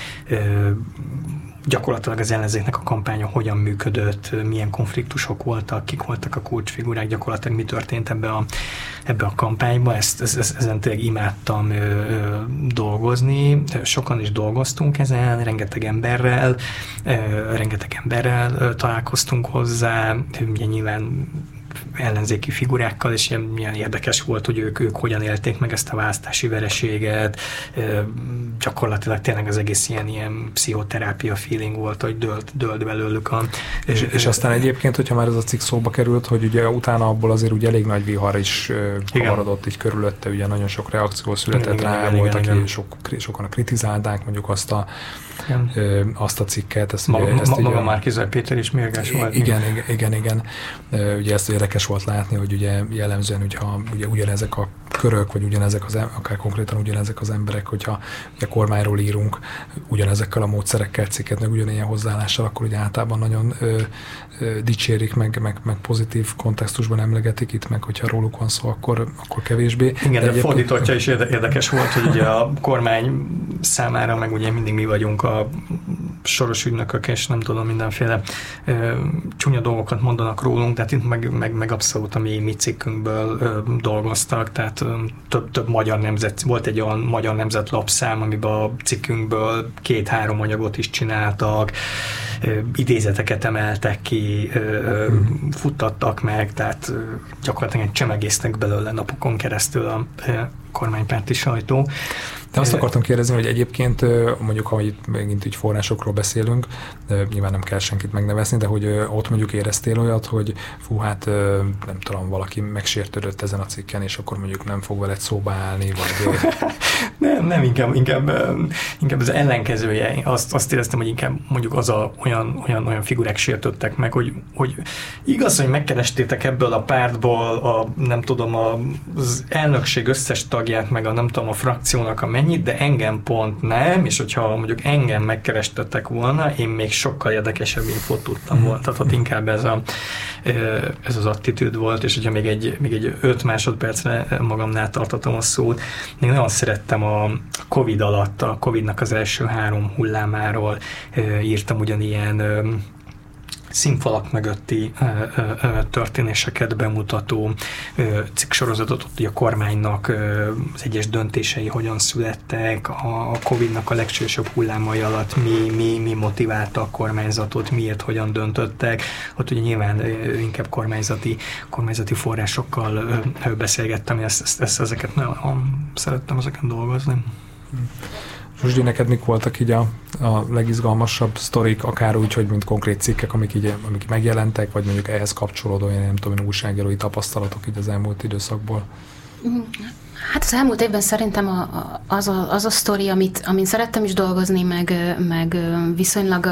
gyakorlatilag az ellenzéknek a kampánya hogyan működött, milyen konfliktusok voltak, kik voltak a kulcsfigurák, gyakorlatilag mi történt ebbe a, ebbe a kampányba. Ezt, ezt, ezt, ezen tényleg imádtam ö, ö, dolgozni. Sokan is dolgoztunk ezen, rengeteg emberrel, ö, rengeteg emberrel ö, találkoztunk hozzá, ugye nyilván ellenzéki figurákkal, és ilyen, ilyen érdekes volt, hogy ők, ők hogyan élték meg ezt a választási vereséget. Gyakorlatilag tényleg az egész ilyen, ilyen pszichoterápia feeling volt, hogy dölt, dölt belőlük a... És, és aztán egyébként, hogyha már ez a cikk szóba került, hogy ugye utána abból azért ugye elég nagy vihar is kavarodott így körülötte, ugye nagyon sok reakció született igen, rá, igen, volt, igen, aki igen. Sok, sokan kritizálták mondjuk azt a Ö, azt a cikket. Ezt, maga ugye, ezt maga ugye, Márki-Zay Péter is mérges volt. Igen, igen, igen, igen. Ugye ezt érdekes volt látni, hogy ugye jellemzően, hogyha ugye ugyanezek a körök, vagy ugyanezek az, akár konkrétan ugyanezek az emberek, hogyha ugye kormányról írunk, ugyanezekkel a módszerekkel cikket, meg ugyanilyen hozzáállással, akkor ugye általában nagyon ö, ö, dicsérik, meg, meg, meg pozitív kontextusban emlegetik itt, meg hogyha róluk van szó, akkor, akkor kevésbé. Igen, de, de fordítottja is érdekes volt, hogy ugye a kormány számára, meg ugye mindig mi vagyunk a soros ügynökök, és nem tudom, mindenféle ö, csúnya dolgokat mondanak rólunk, tehát itt meg, meg, meg abszolút a mi, mi cikkünkből ö, dolgoztak, tehát ö, több, több magyar nemzet, volt egy olyan magyar nemzet lapszám, amiben a cikkünkből két-három anyagot is csináltak, ö, idézeteket emeltek ki, ö, mm. futtattak meg, tehát ö, gyakorlatilag csemegésztek belőle napokon keresztül a ö, kormánypárti sajtó. De azt akartam kérdezni, hogy egyébként mondjuk, ha itt megint így forrásokról beszélünk, nyilván nem kell senkit megnevezni, de hogy ott mondjuk éreztél olyat, hogy fú, hát nem tudom, valaki megsértődött ezen a cikken, és akkor mondjuk nem fog veled szóba állni, vagy... nem, nem, inkább, inkább, inkább az ellenkezője. Azt, azt éreztem, hogy inkább mondjuk az a, olyan, olyan, olyan figurák sértődtek meg, hogy, hogy igaz, hogy megkerestétek ebből a pártból a, nem tudom, az elnökség összes tagját, meg a nem tudom, a frakciónak a mennyit, de engem pont nem, és hogyha mondjuk engem megkerestettek volna, én még sokkal érdekesebb infót tudtam volna. Tehát ott inkább ez, a, ez az attitűd volt, és hogyha még egy, még egy öt másodpercre magamnál tartottam a szót, még nagyon szerettem a Covid alatt, a Covidnak az első három hullámáról írtam ugyanilyen színfalak mögötti ö, ö, ö, történéseket bemutató ö, cikksorozatot, hogy a kormánynak ö, az egyes döntései hogyan születtek, a Covidnak a legsősebb hullámai alatt mi, mi, mi motiválta a kormányzatot, miért, hogyan döntöttek. Ott ugye nyilván ö, inkább kormányzati, kormányzati forrásokkal ö, ö, beszélgettem, és ezt, ezt, ezt, ezeket nagyon szerettem ezeken dolgozni. Zsuzsi, neked mik voltak így a, a legizgalmasabb sztorik, akár úgy, hogy mint konkrét cikkek, amik, így, amik megjelentek, vagy mondjuk ehhez kapcsolódó, én nem tudom, újságírói tapasztalatok így az elmúlt időszakból? Hát az elmúlt évben szerintem a, a, az, a, az a sztori, amit, amin szerettem is dolgozni, meg, meg viszonylag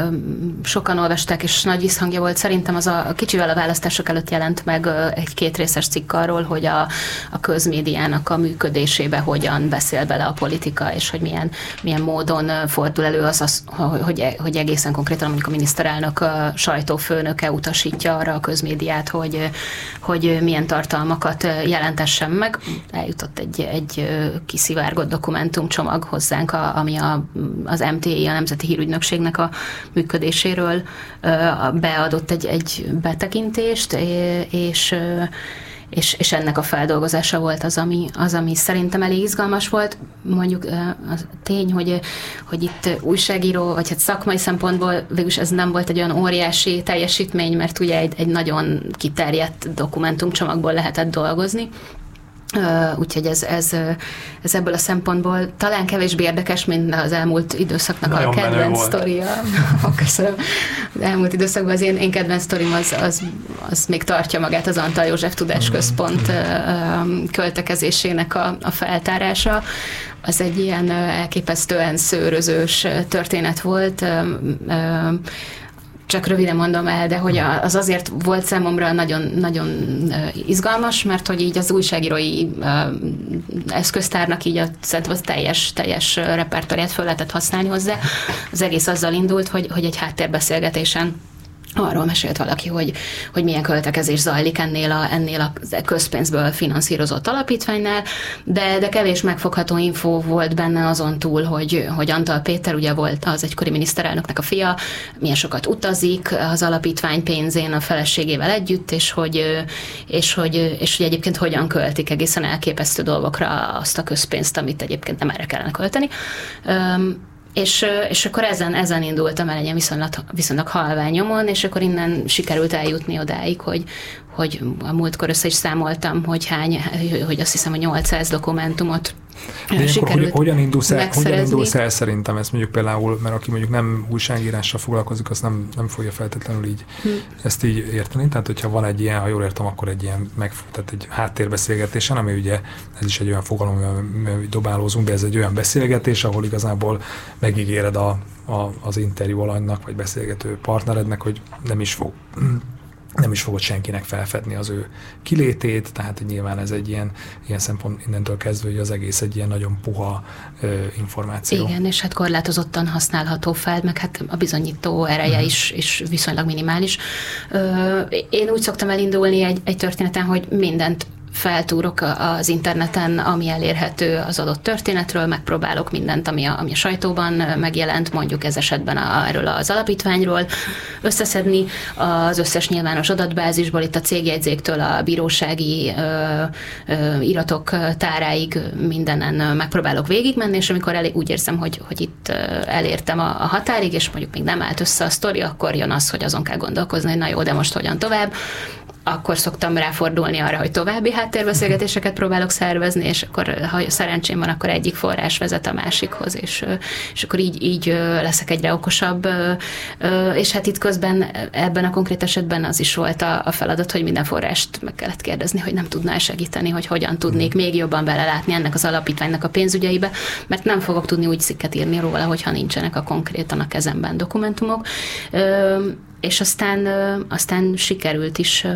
sokan olvasták, és nagy visszhangja volt, szerintem az a, a kicsivel a választások előtt jelent meg egy kétrészes cikk arról, hogy a, a közmédiának a működésébe hogyan beszél bele a politika, és hogy milyen, milyen módon fordul elő az, az hogy, hogy egészen konkrétan mondjuk a miniszterelnök a sajtófőnöke utasítja arra a közmédiát, hogy, hogy milyen tartalmakat jelentessen meg. Eljutott egy, egy kiszivárgott dokumentumcsomag hozzánk, a, ami a, az em té i, a Nemzeti Hírügynökségnek a működéséről beadott egy, egy betekintést, és, és, és ennek a feldolgozása volt az ami, az, ami szerintem elég izgalmas volt. Mondjuk a tény, hogy, hogy itt újságíró, vagy hát szakmai szempontból végülis ez nem volt egy olyan óriási teljesítmény, mert ugye egy, egy nagyon kiterjedt dokumentumcsomagból lehetett dolgozni. Uh, úgyhogy ez, ez, ez ebből a szempontból talán kevésbé érdekes, mint az elmúlt időszaknak nagyon a kedvenc sztoria. Köszönöm. Az elmúlt időszakban az én, én kedvenc sztorim az, az, az még tartja magát az Antal József Tudásközpont uh, költekezésének a, a feltárása. Az egy ilyen elképesztően szőrözős történet volt. Uh, uh, Csak röviden mondom el, de hogy az azért volt számomra nagyon, nagyon izgalmas, mert hogy így az újságírói eszköztárnak így a, a teljes, teljes repertoárját föl lehetett használni hozzá. Az egész azzal indult, hogy, hogy egy háttérbeszélgetésen arról mesélt valaki, hogy, hogy milyen költekezés zajlik ennél a, ennél a közpénzből finanszírozott alapítványnál, de, de kevés megfogható infó volt benne azon túl, hogy, hogy Antal Péter ugye volt az egykori miniszterelnöknek a fia, milyen sokat utazik az alapítvány pénzén a feleségével együtt, és hogy, és hogy, és hogy egyébként hogyan költik egészen elképesztő dolgokra azt a közpénzt, amit egyébként nem erre kellene költeni. És, és akkor ezen, ezen indultam el egy ilyen viszonylag, viszonylag halvány nyomon, és akkor innen sikerült eljutni odáig, hogy, hogy a múltkor össze is számoltam, hogy hány, hogy azt hiszem, hogy nyolcszáz dokumentumot de sikerült hogy, hogyan, indulsz el, hogyan indulsz el szerintem ezt mondjuk például, mert aki mondjuk nem újságírással foglalkozik, az nem, nem fogja feltétlenül így hm. ezt így érteni. Tehát, hogyha van egy ilyen, ha jól értem, akkor egy ilyen meg, tehát egy háttérbeszélgetésen, ami ugye ez is egy olyan fogalom, amivel dobálózunk, de ez egy olyan beszélgetés, ahol igazából megígéred a, a, az interjú alanynak, vagy beszélgető partnerednek, hogy nem is fog nem is fogod senkinek felfedni az ő kilétét, tehát nyilván ez egy ilyen, ilyen szempont innentől kezdve, hogy az egész egy ilyen nagyon puha ö, információ. Igen, és hát korlátozottan használható fel, meg hát a bizonyító ereje mm. is, is viszonylag minimális. Ö, én úgy szoktam elindulni egy, egy történeten, hogy mindent feltúrok az interneten, ami elérhető az adott történetről, megpróbálok mindent, ami a, ami a sajtóban megjelent, mondjuk ez esetben a, erről az alapítványról, összeszedni az összes nyilvános adatbázisból, itt a cégjegyzéktől a bírósági ö, ö, iratok táráig mindenen megpróbálok végigmenni, és amikor elég úgy érzem, hogy, hogy itt elértem a, a határig, és mondjuk még nem állt össze a sztori, akkor jön az, hogy azon kell gondolkozni, hogy na jó, de most hogyan tovább. akkor szoktam ráfordulni arra, hogy további háttérbeszélgetéseket próbálok szervezni, és akkor, ha szerencsém van, akkor egyik forrás vezet a másikhoz, és, és akkor így, így leszek egyre okosabb, és hát itt közben ebben a konkrét esetben az is volt a, a feladat, hogy minden forrást meg kellett kérdezni, hogy nem tudná segíteni, hogy hogyan tudnék még jobban belelátni ennek az alapítványnak a pénzügyeibe, mert nem fogok tudni úgy cikket írni róla, hogyha nincsenek a konkrétan a kezemben dokumentumok. És aztán, aztán sikerült is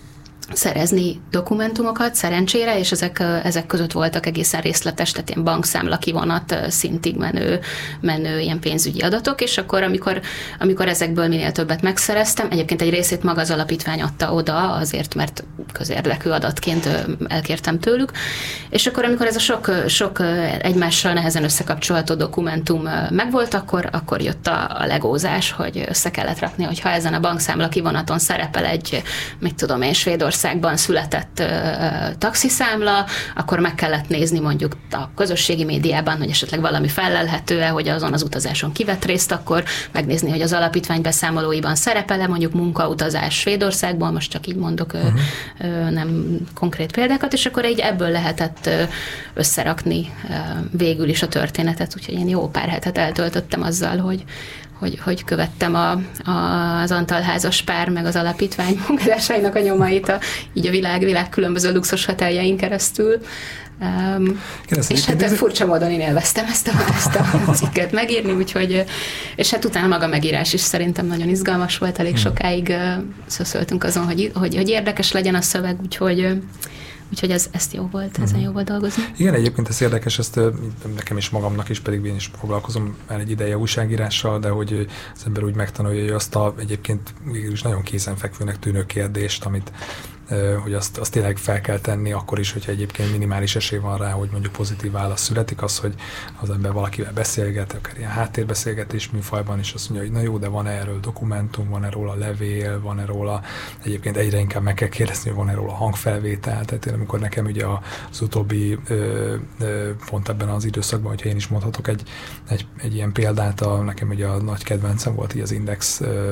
szerezni dokumentumokat, szerencsére, és ezek, ezek között voltak egészen részletes, tehát ilyen bankszámla kivonat szintig menő, menő ilyen pénzügyi adatok, és akkor, amikor, amikor ezekből minél többet megszereztem, egyébként egy részét maga az alapítvány adta oda, azért, mert közérdekű adatként elkértem tőlük, és akkor, amikor ez a sok, sok egymással nehezen összekapcsolható dokumentum megvolt, akkor, akkor jött a, a legózás, hogy össze kellett rakni, hogy ha ezen a bankszámla kivonaton szerepel egy, mit tudom én, Svédország Országban született uh, taxiszámla, akkor meg kellett nézni mondjuk a közösségi médiában, hogy esetleg valami fellelhető-e, hogy azon az utazáson kivett részt, akkor megnézni, hogy az alapítvány beszámolóiban szerepel-e mondjuk munkautazás Svédországban, most csak így mondok uh-huh. uh, nem konkrét példákat, és akkor így ebből lehetett uh, összerakni uh, végül is a történetet, úgyhogy én jó pár hetet eltöltöttem azzal, hogy Hogy, hogy követtem a, a, az Antal házas pár, meg az alapítvány munkadásainak a nyomait, a, így a világ, világ különböző luxus hoteljein keresztül. Um, és hát ez furcsa módon én élveztem ezt a, ezt a cikket megírni, úgyhogy, és hát utána maga megírás is szerintem nagyon izgalmas volt, elég sokáig uh, szöszöltünk azon, hogy, hogy, hogy érdekes legyen a szöveg, úgyhogy Úgyhogy ez, ezt jó volt, ezen jó volt dolgozni. Igen, egyébként ez érdekes, ezt nekem is magamnak is, pedig én is foglalkozom már egy ideje újságírással, de hogy az ember úgy megtanulja, hogy azt a egyébként mégis nagyon kézenfekvőnek tűnő kérdést, amit hogy azt, azt tényleg fel kell tenni, akkor is, hogyha egyébként minimális esély van rá, hogy mondjuk pozitív válasz születik, az, hogy az ember valakivel beszélget, akár ilyen háttérbeszélgetés műfajban, és azt mondja, hogy na jó, de van erről dokumentum, van erről a levél, van erről a, egyébként egyre inkább meg kell kérdezni, hogy van erről a hangfelvétel, tehát én, amikor nekem ugye az utóbbi ö, ö, pont ebben az időszakban, hogyha én is mondhatok egy, egy, egy ilyen példát, a, nekem ugye a nagy kedvencem volt így az Index ö,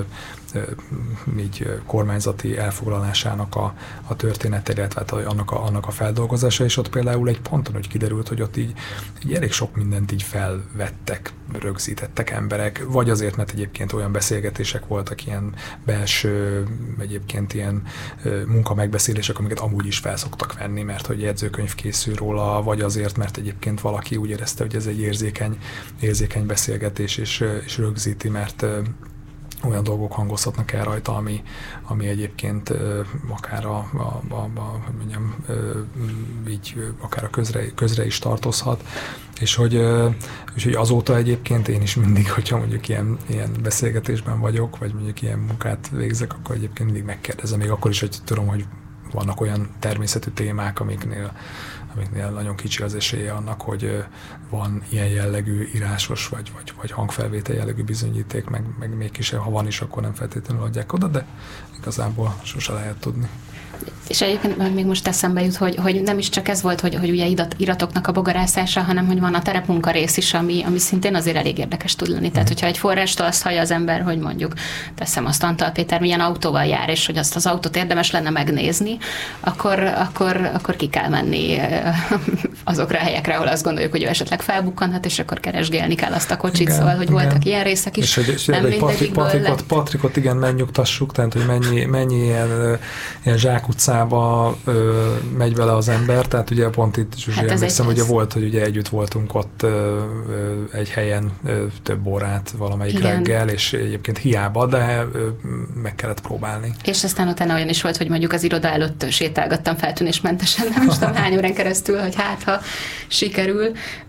így kormányzati elfoglalásának a, a története, illetve annak a, annak a feldolgozása, és ott például egy ponton, hogy kiderült, hogy ott így, így elég sok mindent így felvettek, rögzítettek emberek, vagy azért, mert egyébként olyan beszélgetések voltak, ilyen belső, egyébként ilyen munkamegbeszélések, amiket amúgy is felszoktak venni, mert hogy jegyzőkönyv készül róla, vagy azért, mert egyébként valaki úgy érezte, hogy ez egy érzékeny, érzékeny beszélgetés, és, és rögzíti, mert olyan dolgok hangozhatnak el rajta, ami, ami egyébként ö, akár a, a, a, a, hogy mondjam, ö, így, akár a közre, közre is tartozhat, és hogy, ö, és hogy azóta egyébként én is mindig, hogyha mondjuk ilyen, ilyen beszélgetésben vagyok, vagy mondjuk ilyen munkát végzek, akkor egyébként mindig megkérdezem, még akkor is, hogy tudom, hogy vannak olyan természetű témák, amiknél amiknél nagyon kicsi az esélye annak, hogy van ilyen jellegű írásos vagy, vagy, vagy hangfelvétel jellegű bizonyíték, meg, meg mégis, ha van is, akkor nem feltétlenül adják oda, de igazából sose lehet tudni. És egyébként még most eszembe jut, hogy, hogy nem is csak ez volt, hogy, hogy ugye irat, iratoknak a bogarászása, hanem hogy van a terepmunka rész is, ami, ami szintén azért elég érdekes tud lenni. Tehát, hogyha egy forrástól azt hallja az ember, hogy mondjuk teszem azt Antal Péter milyen autóval jár, és hogy azt az autót érdemes lenne megnézni, akkor, akkor, akkor ki kell menni azokra a helyekre, ahol azt gondoljuk, hogy ő esetleg felbukkanhat, és akkor keresgélni kell azt a kocsit, igen, szóval, hogy igen. Voltak ilyen részek is. És hogy, és nem mindegyikből Patrikot, Patrikot igen, megnyugtassuk, tehát, hogy mennyi, mennyi ilyen, ilyen zsákutcába ö, megy vele az ember, tehát ugye pont itt is hát emlékszem, ugye volt, hogy ugye együtt voltunk ott ö, ö, egy helyen ö, több órát valamelyik igen. reggel, és egyébként hiába, de ö, meg kellett próbálni. És aztán utána olyan is volt, hogy mondjuk az iroda előtt sétálgattam feltűnésmentesen, nem is tudom hány órán keresztül, hogy hát, ha sikerül.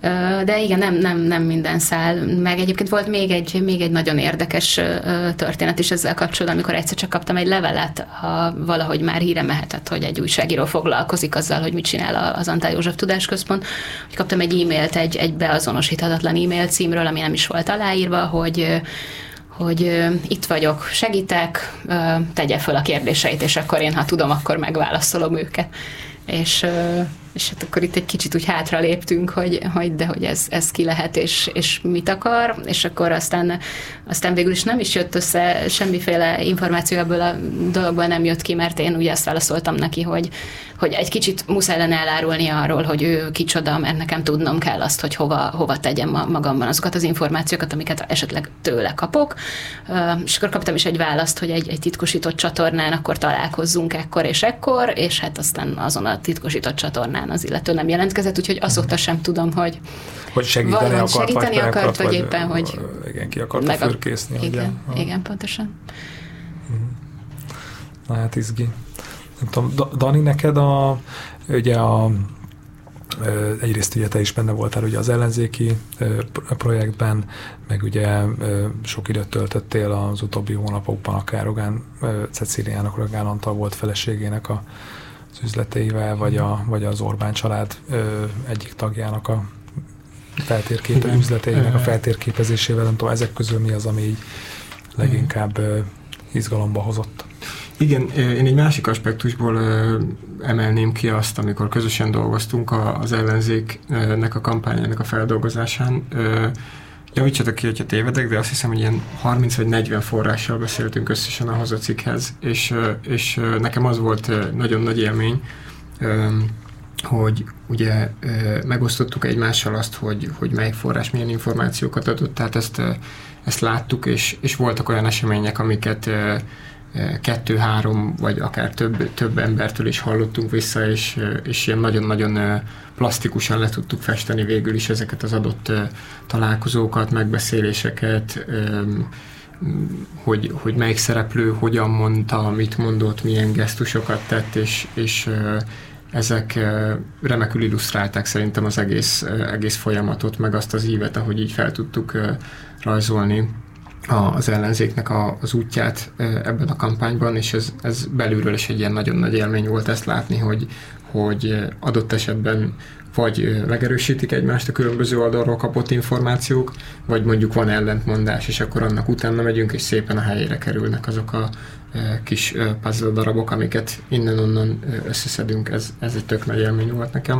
De igen, nem, nem, nem minden száll. Meg egyébként volt még egy, még egy nagyon érdekes történet is ezzel kapcsolatban, amikor egyszer csak kaptam egy levelet, ha valahogy már híre mehetett, hogy egy újságíró foglalkozik azzal, hogy mit csinál az Antál József Tudásközpont, hogy kaptam egy e-mailt egy, egy beazonosíthatatlan e-mail címről, ami nem is volt aláírva, hogy hogy itt vagyok, segítek, tegye föl a kérdéseit, és akkor én, ha tudom, akkor megválaszolom őket. És és hát akkor itt egy kicsit úgy hátra léptünk, hogy, hogy de hogy ez, ez ki lehet, és, és mit akar, és akkor aztán, aztán végül is nem is jött össze semmiféle információ ebből a dologból nem jött ki, mert én ugye azt válaszoltam neki, hogy, hogy egy kicsit muszáj lenne elárulni arról, hogy ő kicsoda, mert nekem tudnom kell azt, hogy hova, hova tegyem magamban azokat az információkat, amiket esetleg tőle kapok. És akkor kaptam is egy választ, hogy egy, egy titkosított csatornán akkor találkozzunk ekkor és ekkor, és hát aztán azon a titkosított csatornán az illető nem jelentkezett, úgyhogy azóta sem tudom, hogy hogy segíteni akart, segíteni vagy, akart, akart, vagy, vagy éppen, hogy igen, ki akarta fürkészni. Igen, ugye? Igen, pontosan. Na hát izgi. Nem tudom, Dani, neked a, ugye a egyrészt ugye te is benne voltál ugye az ellenzéki projektben, meg ugye sok időt töltöttél az utóbbi hónapokban akár Rogán Cecíliának, Rogán Antal volt feleségének a, az üzleteivel, vagy, a, vagy az Orbán család egyik tagjának a feltérképe, üzleteinek a feltérképezésével, nem tudom, ezek közül mi az, ami így leginkább izgalomba hozott? Igen, én egy másik aspektusból emelném ki azt, amikor közösen dolgoztunk az ellenzéknek a kampányának a feldolgozásán. Javítsatok ki, hogyha tévedek, de azt hiszem, hogy ilyen harminc vagy negyven forrással beszéltünk összesen ahhoz a cikkhez, és, és nekem az volt nagyon nagy élmény, hogy ugye megosztottuk egymással azt, hogy, hogy melyik forrás milyen információkat adott, tehát ezt, ezt láttuk, és, és voltak olyan események, amiket kettő-három, vagy akár több, több embertől is hallottunk vissza, és, és ilyen nagyon-nagyon plastikusan le tudtuk festeni végül is ezeket az adott találkozókat, megbeszéléseket, hogy, hogy melyik szereplő hogyan mondta, mit mondott, milyen gesztusokat tett, és, és ezek remekül illusztrálták szerintem az egész, egész folyamatot, meg azt az ívet, ahogy így fel tudtuk rajzolni az ellenzéknek a, az útját ebben a kampányban, és ez, ez belülről is egy ilyen nagyon nagy élmény volt ezt látni, hogy, hogy adott esetben vagy megerősítik egymást a különböző oldalról kapott információk, vagy mondjuk van ellentmondás, és akkor annak utána megyünk, és szépen a helyére kerülnek azok a kis puzzle darabok, amiket innen-onnan összeszedünk. Ez, ez egy tök nagy élmény volt nekem.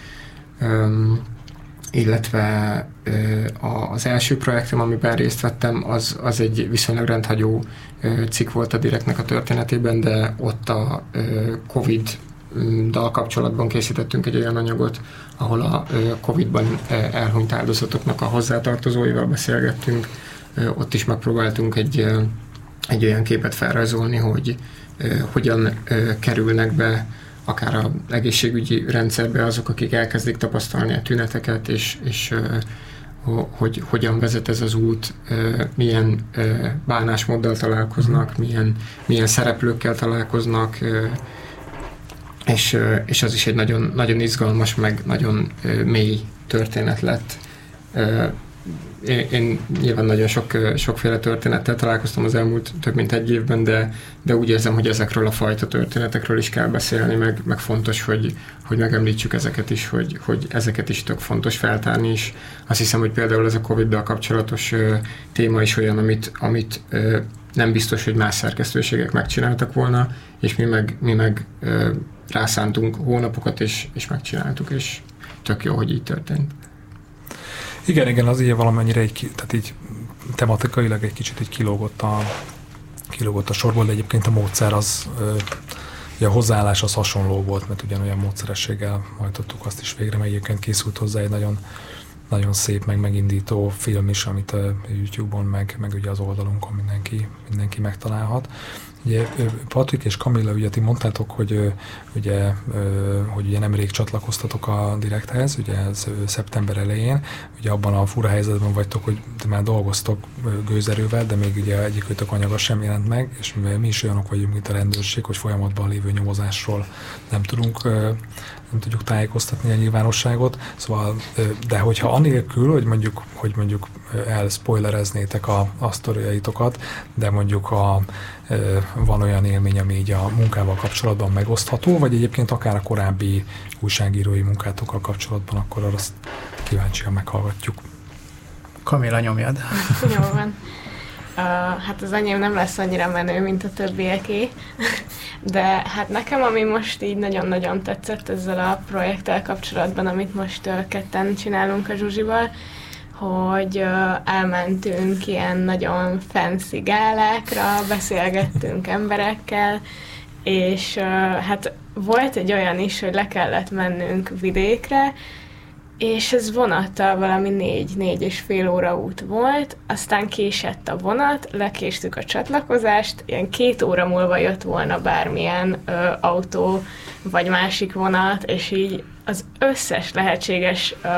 Um, illetve az első projektem, amiben részt vettem, az, az egy viszonylag rendhagyó cikk volt a Direktnek a történetében, de ott a Covid-dal kapcsolatban készítettünk egy olyan anyagot, ahol a Covid-ban elhunyt áldozatoknak a hozzátartozóival beszélgettünk. Ott is megpróbáltunk egy, egy olyan képet felrajzolni, hogy hogyan kerülnek be akár az egészségügyi rendszerbe azok, akik elkezdik tapasztalni a tüneteket, és, és uh, hogy hogyan vezet ez az út, uh, milyen uh, bánásmóddal találkoznak, milyen, milyen szereplőkkel találkoznak, uh, és, uh, és az is egy nagyon, nagyon izgalmas, meg nagyon uh, mély történet lett. Uh, Én, én nyilván nagyon sok, sokféle történettel találkoztam az elmúlt több mint egy évben, de, de úgy érzem, hogy ezekről a fajta történetekről is kell beszélni, meg, meg fontos, hogy, hogy megemlítsük ezeket is, hogy, hogy ezeket is tök fontos feltárni is. Azt hiszem, hogy például ez a Covid-dal kapcsolatos ö, téma is olyan, amit, amit ö, nem biztos, hogy más szerkesztőségek megcsináltak volna, és mi meg, mi meg ö, rászántunk hónapokat, és, és megcsináltuk, és tök jó, hogy így történt. Igen, igen, az ilyen valamennyire egy, tehát így tematikailag egy kicsit így kilógott a, kilógott a sorból, de egyébként a módszer az, ugye a hozzáállás az hasonló volt, mert ugyanolyan módszerességgel hajtottuk azt is végre, mert egyébként készült hozzá egy nagyon, nagyon szép, meg megindító film is, amit a YouTube-on, meg, meg ugye az oldalunkon mindenki, mindenki megtalálhat. Ugye Patrik és Kamilla, ugye ti mondtátok, hogy ugye, hogy ugye nemrég csatlakoztatok a Direkthez, ugye ez szeptember elején, ugye abban a fura helyzetben vagytok, hogy ti már dolgoztok gőzerővel, de még ugye egyikőtök anyaga sem jelent meg, és mivel mi is olyanok vagyunk, mint a rendőrség, hogy folyamatban lévő nyomozásról nem tudunk, nem tudjuk tájékoztatni a nyilvánosságot, szóval, de hogyha anélkül, hogy mondjuk, hogy mondjuk elspoilereznétek a, a sztoriaitokat, de mondjuk a van olyan élmény, ami így a munkával kapcsolatban megosztható, vagy egyébként akár a korábbi újságírói munkátokkal kapcsolatban, akkor arra azt kíváncsian meghallgatjuk. Kamilla, nyomjad. Jó van. Uh, hát az enyém nem lesz annyira menő, mint a többieké, de hát nekem, ami most így nagyon-nagyon tetszett ezzel a projekttel kapcsolatban, amit most uh, ketten csinálunk a Zsuzsival, hogy uh, elmentünk ilyen nagyon fancy gálákra, beszélgettünk emberekkel, és uh, hát volt egy olyan is, hogy le kellett mennünk vidékre, és ez vonattal valami négy, négy és fél óra út volt, aztán késett a vonat, lekéstük a csatlakozást, ilyen két óra múlva jött volna bármilyen ö, autó, vagy másik vonat, és így az összes lehetséges ö,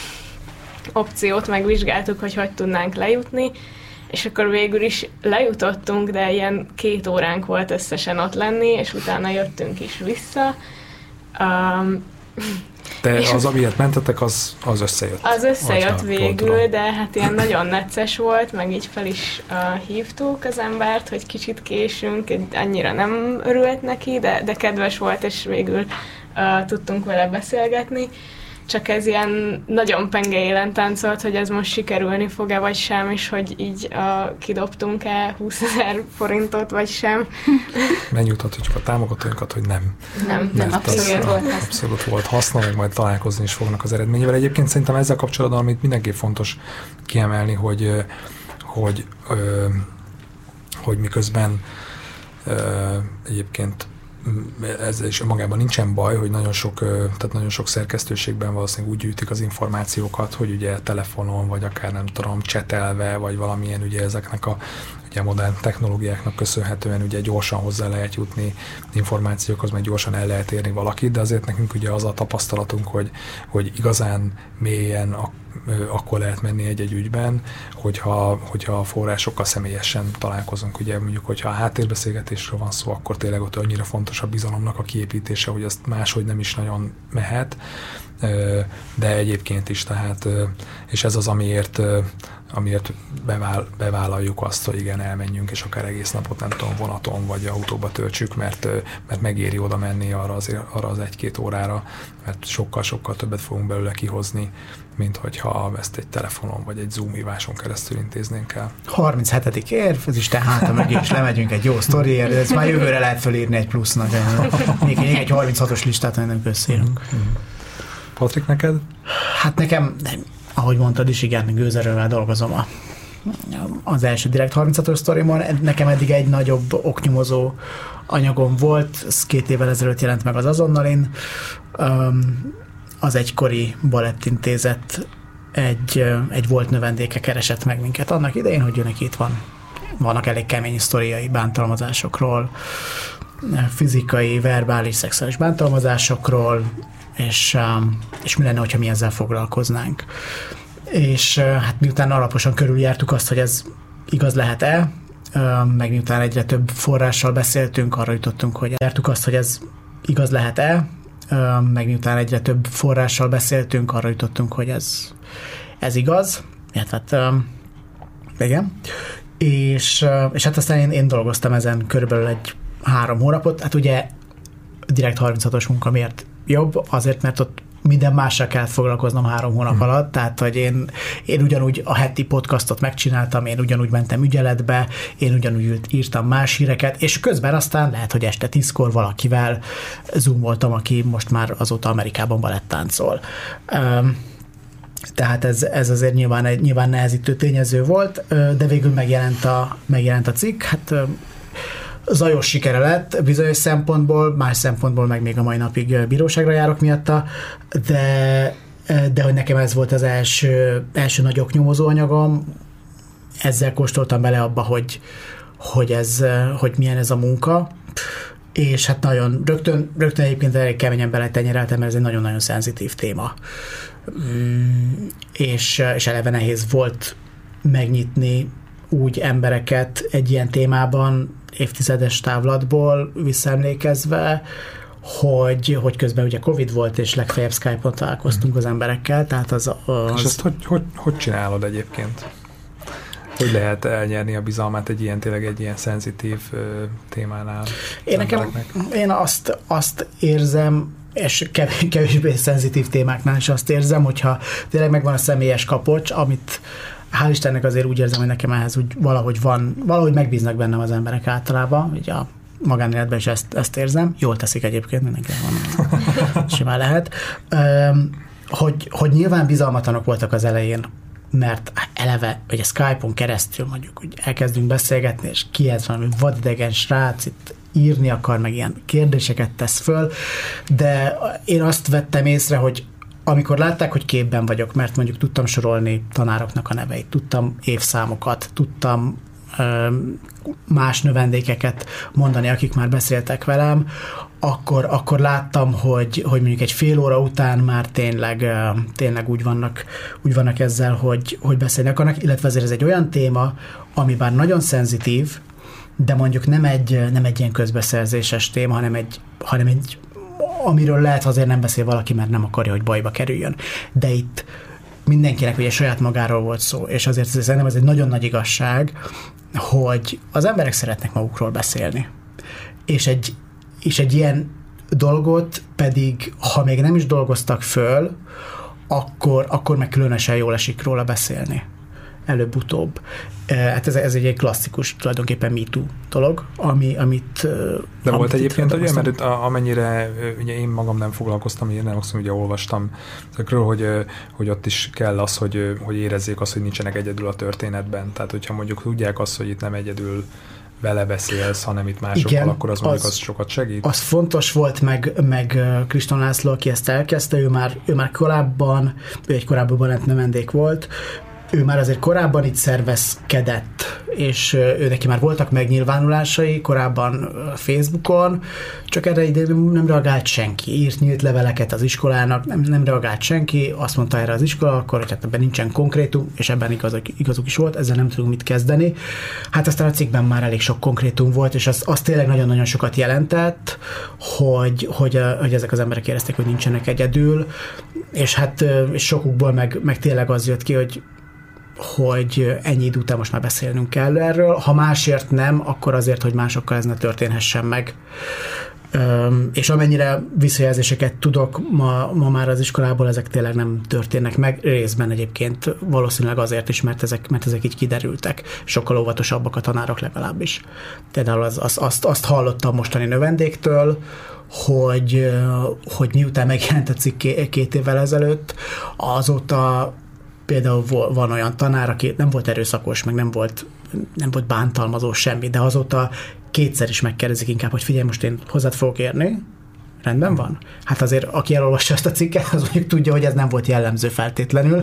opciót megvizsgáltuk, hogy hogy tudnánk lejutni, és akkor végül is lejutottunk, de ilyen két óránk volt összesen ott lenni, és utána jöttünk is vissza. Um, De az, amiért mentetek, az, az összejött. Az összejött Hogyha végül, de hát ilyen nagyon necces volt, meg így fel is uh, hívtuk az embert, hogy kicsit késünk, annyira nem örült neki, de, de kedves volt, és végül uh, tudtunk vele beszélgetni. Csak ez ilyen nagyon penge élen táncolt, hogy ez most sikerülni fog-e, vagy sem, és hogy így uh, kidobtunk-e húszezer forintot, vagy sem. Megnyugtatjuk a támogatóinkat, hogy nem. Nem, nem abszolút volt haszna. Abszolút volt haszna, meg majd találkozni is fognak az eredményével. Egyébként szerintem ezzel kapcsolatban, amit mindenképp fontos kiemelni, hogy, hogy, hogy miközben egyébként ez is magában nincsen baj, hogy nagyon sok, tehát nagyon sok szerkesztőségben valószínűleg úgy gyűjtik az információkat, hogy ugye telefonon, vagy akár nem tudom, csetelve, vagy valamilyen ugye ezeknek a ugye modern technológiáknak köszönhetően ugye gyorsan hozzá lehet jutni információkhoz, meg gyorsan el lehet érni valakit, de azért nekünk ugye az a tapasztalatunk, hogy, hogy igazán mélyen ak- akkor lehet menni egy-egy ügyben, hogyha, hogyha a forrásokkal személyesen találkozunk. Ugye mondjuk, hogyha a háttérbeszélgetésről van szó, akkor tényleg ott annyira fontos a bizalomnak a kiépítése, hogy azt máshogy nem is nagyon mehet, de egyébként is, tehát, és ez az, amiért, amiért bevál, bevállaljuk azt, hogy igen, elmenjünk, és akár egész napot nem tudom, vonaton vagy autóba töltsük, mert, mert megéri oda menni arra az, arra az egy-két órára, mert sokkal-sokkal többet fogunk belőle kihozni, mint hogyha ezt egy telefonon vagy egy Zoom híváson keresztül intéznénk el. harminchetedik érv, ez Isten háta mögé, és lemegyünk egy jó sztoriért, ez már jövőre lehet fölírni egy plusznak. Még, még egy harminchatos listát nem összeírunk. Mm-hmm. Patrik, neked? Hát nekem, ahogy mondtad is, igen, gőzerővel dolgozom a, az első Direkt harminchatos sztorimon. Nekem eddig egy nagyobb oknyomozó anyagom volt, ez két évvel ezelőtt jelent meg az Azonnalin. Az egykori Balettintézet egy, egy volt növendéke keresett meg minket annak idején, hogy jönnek itt van. Vannak elég kemény sztoriai bántalmazásokról, fizikai, verbális, szexuális bántalmazásokról, és, és mi lenne, hogyha mi ezzel foglalkoznánk. És hát miután alaposan körüljártuk azt, hogy ez igaz lehet-e, meg miután egyre több forrással beszéltünk, arra jutottunk, hogy jártuk azt, hogy ez igaz lehet-e, meg miután egyre több forrással beszéltünk, arra jutottunk, hogy ez, ez igaz. Hát, igen. És, és hát aztán én, én dolgoztam ezen körülbelül egy három hónapot. Hát ugye Direkt harminchatos munka miért jobb? Azért, mert ott minden mással kellett foglalkoznom három hónap hmm. alatt, tehát, hogy én, én ugyanúgy a heti podcastot megcsináltam, én ugyanúgy mentem ügyeletbe, én ugyanúgy írtam más híreket, és közben aztán lehet, hogy este tízkor valakivel zoomoltam, aki most már azóta Amerikában balettáncol. Um, tehát ez, ez azért nyilván, egy, nyilván nehezítő tényező volt, de végül megjelent a, megjelent a cikk. Hát zajos sikere lett bizonyos szempontból, más szempontból meg még a mai napig bíróságra járok miatta, de, de hogy nekem ez volt az első, első nagy oknyomozó anyagom, ezzel kóstoltam bele abba, hogy, hogy, ez, hogy milyen ez a munka, és hát nagyon rögtön, rögtön egyébként elég keményen beletenyereltem, mert ez egy nagyon-nagyon szenzitív téma. És, és eleve nehéz volt megnyitni úgy embereket egy ilyen témában, évtizedes távlatból visszaemlékezve, hogy, hogy közben ugye Covid volt, és legfeljebb Skype-on találkoztunk az emberekkel, tehát az... az... És ezt hogy, hogy, hogy csinálod egyébként? Hogy lehet elnyerni a bizalmát egy ilyen, tényleg egy ilyen szenzitív uh, témánál? Én, nekem, én azt, azt érzem, és kevésbé szenzitív témáknál is azt érzem, hogyha tényleg megvan a személyes kapocs, amit hál' Istennek azért úgy érzem, hogy nekem ehhez úgy valahogy van, valahogy megbíznak bennem az emberek általában, így a magánéletben is ezt, ezt érzem. Jól teszik egyébként, mindenki van, simán lehet. Hogy, hogy nyilván bizalmatlanok voltak az elején, mert eleve, hogy a Skype-on keresztül mondjuk, hogy elkezdünk beszélgetni, és ki ez valami vadidegen srác, itt írni akar, meg ilyen kérdéseket tesz föl, de én azt vettem észre, hogy amikor látták, hogy képben vagyok, mert mondjuk tudtam sorolni tanároknak a neveit, tudtam évszámokat, tudtam más növendékeket mondani, akik már beszéltek velem, akkor, akkor láttam, hogy, hogy mondjuk egy fél óra után már tényleg, tényleg úgy, vannak, úgy vannak ezzel, hogy, hogy beszélni akarnak, illetve ezért ez egy olyan téma, ami bár nagyon szenzitív, de mondjuk nem egy, nem egy ilyen közbeszerzéses téma, hanem egy, hanem egy amiről lehet azért nem beszél valaki, mert nem akarja, hogy bajba kerüljön. De itt mindenkinek ugye saját magáról volt szó, és azért szerintem ez egy nagyon nagy igazság, hogy az emberek szeretnek magukról beszélni. És egy, és egy ilyen dolgot pedig, ha még nem is dolgoztak föl, akkor, akkor meg különösen jól esik róla beszélni. Előbb-utóbb. Hát ez, ez egy klasszikus, tulajdonképpen MeToo dolog, ami, amit... De volt egyébként, ugye, mert amennyire ugye én magam nem foglalkoztam, én nem azt ugye olvastam ezekről, hogy, hogy ott is kell az, hogy, hogy érezzék azt, hogy nincsenek egyedül a történetben. Tehát, hogyha mondjuk tudják azt, hogy itt nem egyedül vele beszélsz, hanem itt másokkal, igen, akkor az mondjuk az, az sokat segít. Az fontos volt, meg, meg Kriston László, aki ezt elkezdte, ő már, ő már korábban, ő egy korábban növendék volt, ő már azért korábban itt szervezkedett, és ő neki már voltak megnyilvánulásai korábban Facebookon, csak erre ide nem reagált senki. Írt nyílt leveleket az iskolának, nem, nem reagált senki, azt mondta erre az iskola, akkor hogy hát ebben nincsen konkrétum, és ebben igazuk, igazuk is volt, ezzel nem tudunk mit kezdeni. Hát aztán a cikkben már elég sok konkrétum volt, és az, az tényleg nagyon-nagyon sokat jelentett, hogy, hogy, hogy ezek az emberek érezték, hogy nincsenek egyedül, és hát és sokukból meg, meg tényleg az jött ki, hogy hogy ennyi idő után most már beszélnünk kell erről. Ha másért nem, akkor azért, hogy másokkal ez ne történhessen meg. Üm, és amennyire visszajelzéseket tudok ma, ma már az iskolából, ezek tényleg nem történnek meg. Részben egyébként valószínűleg azért is, mert ezek, mert ezek így kiderültek. Sokkal óvatosabbak a tanárok legalábbis. Például az, az, azt, azt hallottam mostani növendéktől, hogy, hogy miután megjelent a cikk két évvel ezelőtt, azóta például van olyan tanár, aki nem volt erőszakos, meg nem volt, nem volt bántalmazó semmi, de azóta kétszer is megkérdezik inkább, hogy figyelj, most én hozzád fogok érni, rendben van? Hát azért, aki elolvassa ezt a cikket, az mondjuk tudja, hogy ez nem volt jellemző feltétlenül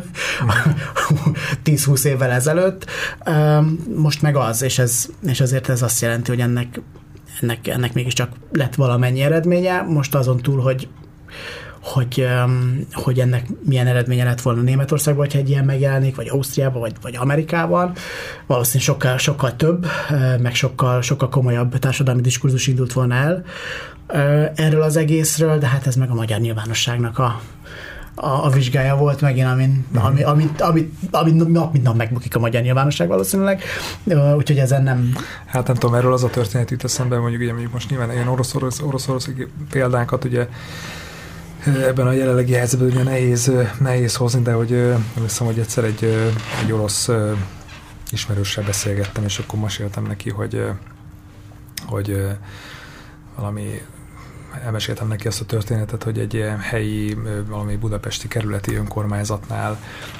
tíz-húsz évvel ezelőtt. Most meg az, és, ez, és azért ez azt jelenti, hogy ennek, ennek, ennek mégiscsak lett valamennyi eredménye. Most azon túl, hogy Hogy, hogy ennek milyen eredménye lett volna Németországban, hogyha egy ilyen megjelenik, vagy Ausztriában, vagy, vagy Amerikában. Valószínűleg sokkal, sokkal több, meg sokkal, sokkal komolyabb társadalmi diskurzus indult volna el erről az egészről, de hát ez meg a magyar nyilvánosságnak a, a, a vizsgája volt megint, amin, ami, amit, amit, amit nap mint nap megbukik a magyar nyilvánosság valószínűleg, úgyhogy ezen nem... Hát nem tudom, erről az a történet jut eszembe, mondjuk, ugye, mondjuk most nyilván ilyen orosz-orosz orosz példánkat ugye ebben a jelenlegi helyzetben ugye nehéz, nehéz hozni, de hogy hiszem, hogy egyszer egy, egy orosz ismerőssel beszélgettem, és akkor meséltem neki, hogy, hogy valami, elmeséltem neki azt a történetet, hogy egy helyi, valami budapesti kerületi önkormányzatnál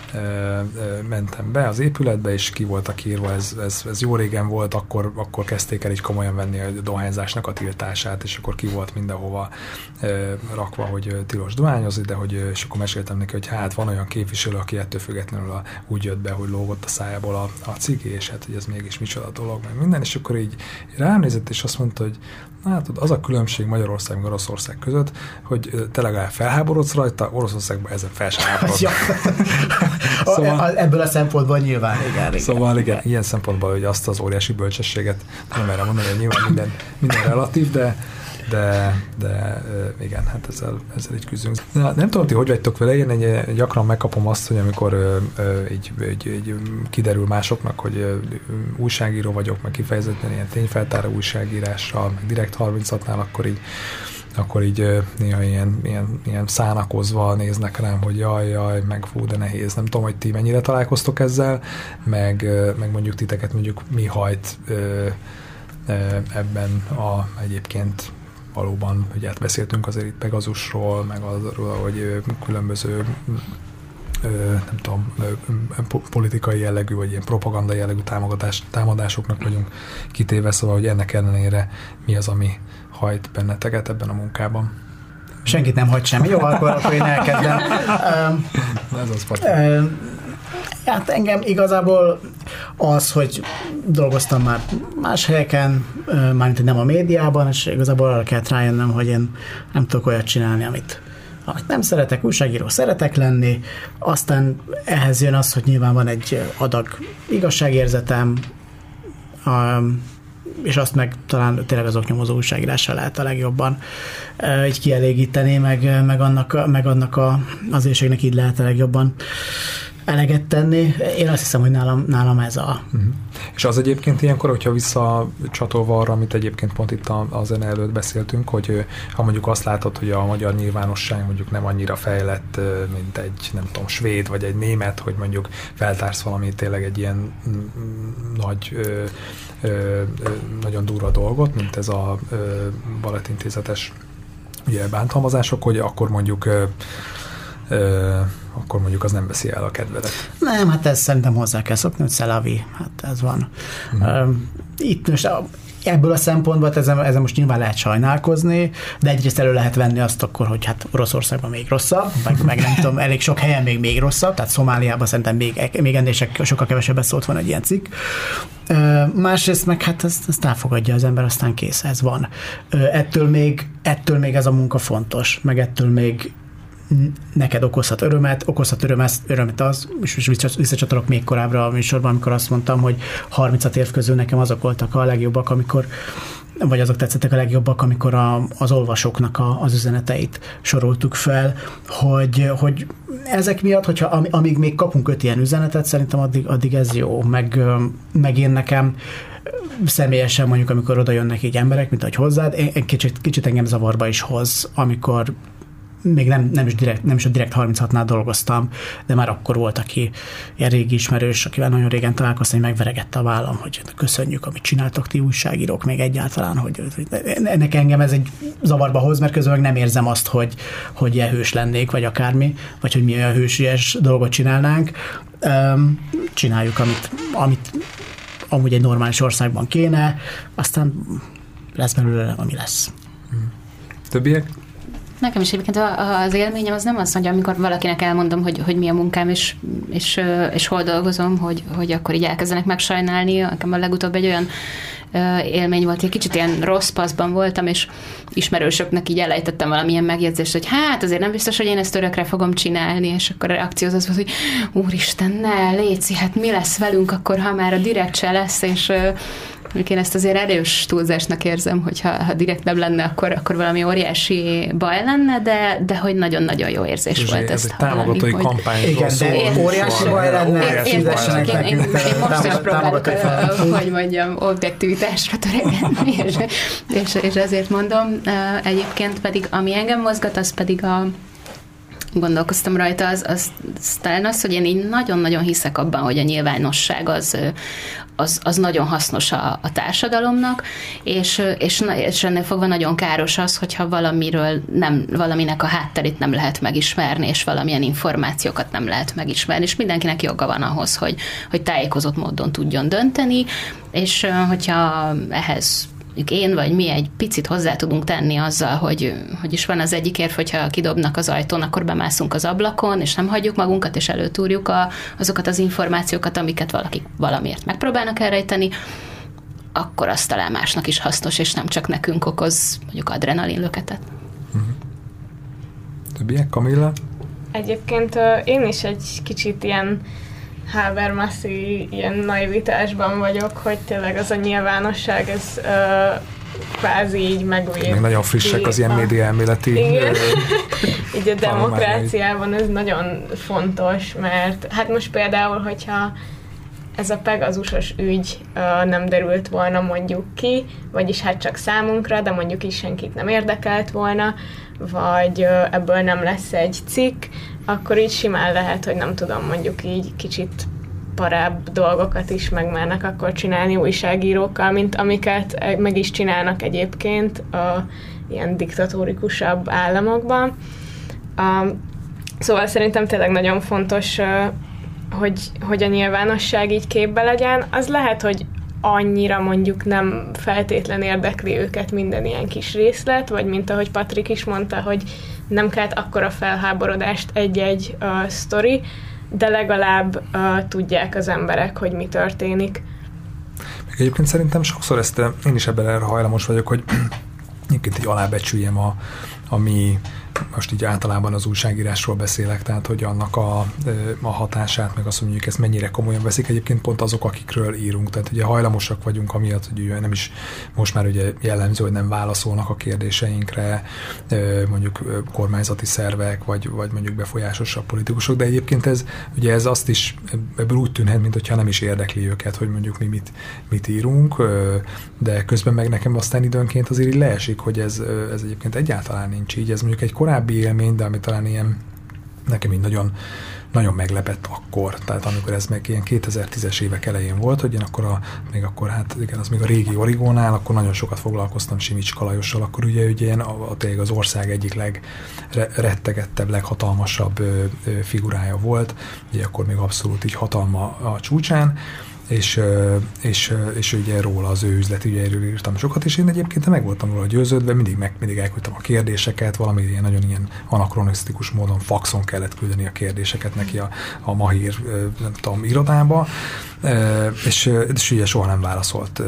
mentem be az épületbe, és ki voltak írva, ez, ez, ez jó régen volt, akkor, akkor kezdték el így komolyan venni a dohányzásnak a tiltását, és akkor ki volt mindenhova rakva, hogy tilos dohányozni, de hogy, és akkor meséltem neki, hogy hát van olyan képviselő, aki ettől függetlenül a, úgy jött be, hogy lógott a szájából a, a cigi, és hát hogy ez mégis micsoda dolog, meg minden, és akkor így ránézett, és azt mondta, hogy hát az a különbség Magyarország meg Oroszország között, hogy te legalább felháborodsz rajta, Oroszországban ezen fel sem háborodsz. Szóval, ebből a szempontból nyilván, igen. igen. Szóval igen, ilyen szempontból, hogy azt az óriási bölcsességet nem erre mondani, hogy nyilván minden, minden relatív, de, de, de igen, hát ezzel, ezzel így küzdünk. Na, nem tudom, ti hogy vagytok vele, én egy, gyakran megkapom azt, hogy amikor így, így, így kiderül másoknak, hogy újságíró vagyok, meg kifejezetten ilyen tényfeltáró újságírással, meg Direkt harminchatnál, akkor így akkor így néha ilyen, ilyen, ilyen szánakozva néznek rám, hogy jaj, jaj, meg fú, de nehéz. Nem tudom, hogy ti mennyire találkoztok ezzel, meg, meg mondjuk titeket mondjuk mi hajt ebben a egyébként valóban, hogy átbeszéltünk azért itt Pegazusról, meg arról, hogy különböző nem tudom, politikai jellegű, vagy ilyen propaganda jellegű támogatás, támadásoknak vagyunk kitéve, szóval, hogy ennek ellenére mi az, ami hajt benneteket ebben a munkában. Senkit nem hagy semmi. Jó, akkor, akkor én elkezdem. Ez az uh, Hát engem igazából az, hogy dolgoztam már más helyeken, mármint nem a médiában, és igazából arra kellett rájönnöm, hogy én nem tudok olyat csinálni, amit, amit nem szeretek, újságíró szeretek lenni, aztán ehhez jön az, hogy nyilván van egy adag igazságérzetem, és azt meg talán tényleg az oknyomozó újságírással lehet a legjobban így kielégíteni, meg, meg annak, meg annak a, az éjségnek így lehet a legjobban eleget tenni. Én azt hiszem, hogy nálam, nálam ez a... Uh-huh. És az egyébként ilyenkor, hogyha visszacsatolva arra, amit egyébként pont itt a, a zene előtt beszéltünk, hogy ha mondjuk azt látod, hogy a magyar nyilvánosság mondjuk nem annyira fejlett, mint egy, nem tudom, svéd vagy egy német, hogy mondjuk feltársz valami tényleg egy ilyen nagy, ö, ö, ö, nagyon durva dolgot, mint ez a balettintézetes ugye, bántalmazások, hogy akkor mondjuk ö, ö, akkor mondjuk az nem veszi el a kedvedet. Nem, hát ez szerintem hozzá kell szokni, hogy szelavi, hát ez van. Uh-huh. Itt most ebből a szempontból ezen, ezen most nyilván lehet sajnálkozni, de egyrészt elő lehet venni azt akkor, hogy hát Oroszországban még rosszabb, meg, meg nem tudom, elég sok helyen még még rosszabb, tehát Szomáliában szerintem még, még ennél sokkal kevesebbet szólt van egy ilyen cikk. Másrészt meg hát ezt, ezt elfogadja az ember, aztán kész, ez van. Ettől még, ettől még ez a munka fontos, meg ettől még neked okozhat örömet, okozhat örömet, örömet az, és visszacsatolok még korábbra a műsorban, amikor azt mondtam, hogy harminc év közül nekem azok voltak a legjobbak, amikor, vagy azok tetszettek a legjobbak, amikor a, az olvasóknak a, az üzeneteit soroltuk fel, hogy, hogy ezek miatt, hogyha amíg még kapunk öt ilyen üzenetet, szerintem addig, addig ez jó, meg, meg én nekem személyesen mondjuk, amikor oda jönnek így emberek, mint ahogy hozzád, én kicsit, kicsit engem zavarba is hoz, amikor még nem, nem, is direkt, nem is a direkt harminchatnál dolgoztam, de már akkor volt, aki ilyen régi ismerős, akivel nagyon régen találkoztam, hogy megveregette a vállam, hogy köszönjük, amit csináltok ti újságírók, még egyáltalán, hogy, hogy ennek engem ez egy zavarba hoz, mert közben meg nem érzem azt, hogy, hogy ilyen hős lennék, vagy akármi, vagy hogy mi olyan hősies dolgot csinálnánk. Csináljuk, amit, amit amúgy egy normális országban kéne, aztán lesz belőle, ami lesz. Többiek? Nekem is egyébként az élményem az nem az, hogy amikor valakinek elmondom, hogy, hogy mi a munkám, és, és, és hol dolgozom, hogy, hogy akkor így elkezdenek megsajnálni. Nekem a legutóbb egy olyan élmény volt, egy kicsit ilyen rossz paszban voltam, és ismerősöknek így elejtettem valamilyen megjegyzést, hogy hát azért nem biztos, hogy én ezt örökre fogom csinálni, és akkor a reakció az volt, hogy úristen, ne, léci, hát mi lesz velünk akkor, ha már a direkt se lesz, és én ezt azért erős túlzásnak érzem, hogy ha, ha direkt nem lenne, akkor, akkor valami óriási baj lenne, de, de hogy nagyon-nagyon jó érzés és volt ez ezt hallani. Ez egy támogatói kampány. Igen, de óriási baj lenne, fizessenek nekünk. Én most is próbálok, hogy mondjam, objektivitásra törekedni, és, és, és ezért mondom. Egyébként pedig, ami engem mozgat, az pedig a gondolkoztam rajta, az, az, az talán az, hogy én így nagyon-nagyon hiszek abban, hogy a nyilvánosság az, az, az nagyon hasznos a, a társadalomnak, és, és, és ennél fogva nagyon káros az, hogyha valamiről nem, valaminek a hátterét nem lehet megismerni, és valamilyen információkat nem lehet megismerni, és mindenkinek joga van ahhoz, hogy, hogy tájékozott módon tudjon dönteni, és hogyha ehhez én vagy mi egy picit hozzá tudunk tenni azzal, hogy, hogy is van az egyik érv, hogyha kidobnak az ajtón, akkor bemászunk az ablakon, és nem hagyjuk magunkat, és előtúrjuk a, azokat az információkat, amiket valakik valamiért megpróbálnak elrejteni, akkor az talán másnak is hasznos, és nem csak nekünk okoz mondjuk adrenalinlöketet. Uh-huh. Többiek, Kamilla? Egyébként én is egy kicsit ilyen Habermaszi ilyen naivitásban vagyok, hogy tényleg az a nyilvánosság, ez uh, kvázi így megvéd. Még nagyon frissek az ilyen média elméleti. Igen. Így a demokráciában ez nagyon fontos, mert hát most például, hogyha ez a Pegasusos ügy nem derült volna mondjuk ki, vagyis hát csak számunkra, de mondjuk is senkit nem érdekelt volna, vagy ebből nem lesz egy cikk, akkor így simán lehet, hogy nem tudom, mondjuk így kicsit parább dolgokat is megmernek akkor csinálni újságírókkal, mint amiket meg is csinálnak egyébként a ilyen diktatórikusabb államokban. Szóval szerintem tényleg nagyon fontos, hogy, hogy a nyilvánosság így képbe legyen. Az lehet, hogy annyira mondjuk nem feltétlen érdekli őket minden ilyen kis részlet, vagy mint ahogy Patrik is mondta, hogy nem kelt akkora felháborodást egy-egy uh, sztori, de legalább uh, tudják az emberek, hogy mi történik. Még egyébként szerintem sokszor ezt, én is ebben erre hajlamos vagyok, hogy egyébként így alábecsüljem a, a mi, most így általában az újságírásról beszélek, tehát hogy annak a, a hatását, meg azt mondjuk, ezt mennyire komolyan veszik egyébként pont azok, akikről írunk. Tehát ugye hajlamosak vagyunk amiatt, hogy ugye nem is most már ugye jellemző, hogy nem válaszolnak a kérdéseinkre, mondjuk kormányzati szervek, vagy, vagy mondjuk befolyásosabb politikusok, de egyébként ez, ugye ez azt is, ebből úgy tűnhet, mintha nem is érdekli őket, hogy mondjuk mi mit, mit írunk, de közben meg nekem aztán időnként azért így leesik, hogy ez, ez egyébként egyáltalán nincs így. Ez mondjuk egy korábbi élmény, de ami talán ilyen nekem így nagyon, nagyon meglepett akkor, tehát amikor ez meg ilyen kétezer-tízes évek elején volt, hogy én akkor a, még akkor hát igen, az még a régi Origónál, akkor nagyon sokat foglalkoztam Simicska Lajossal, akkor ugye, ugye én a, a, tényleg az ország egyik legrettegettebb, leghatalmasabb ö, ö, figurája volt, ugye akkor még abszolút így hatalma a csúcsán, és, és, és ugye róla, az ő üzleti ügyeiről írtam sokat, és én egyébként meg voltam róla győződve, mindig, meg, mindig elküldtem a kérdéseket, valami ilyen nagyon ilyen anakronisztikus módon faxon kellett küldeni a kérdéseket neki a, a Mahír, nem tudom, irodába, és, és ugye soha nem válaszolt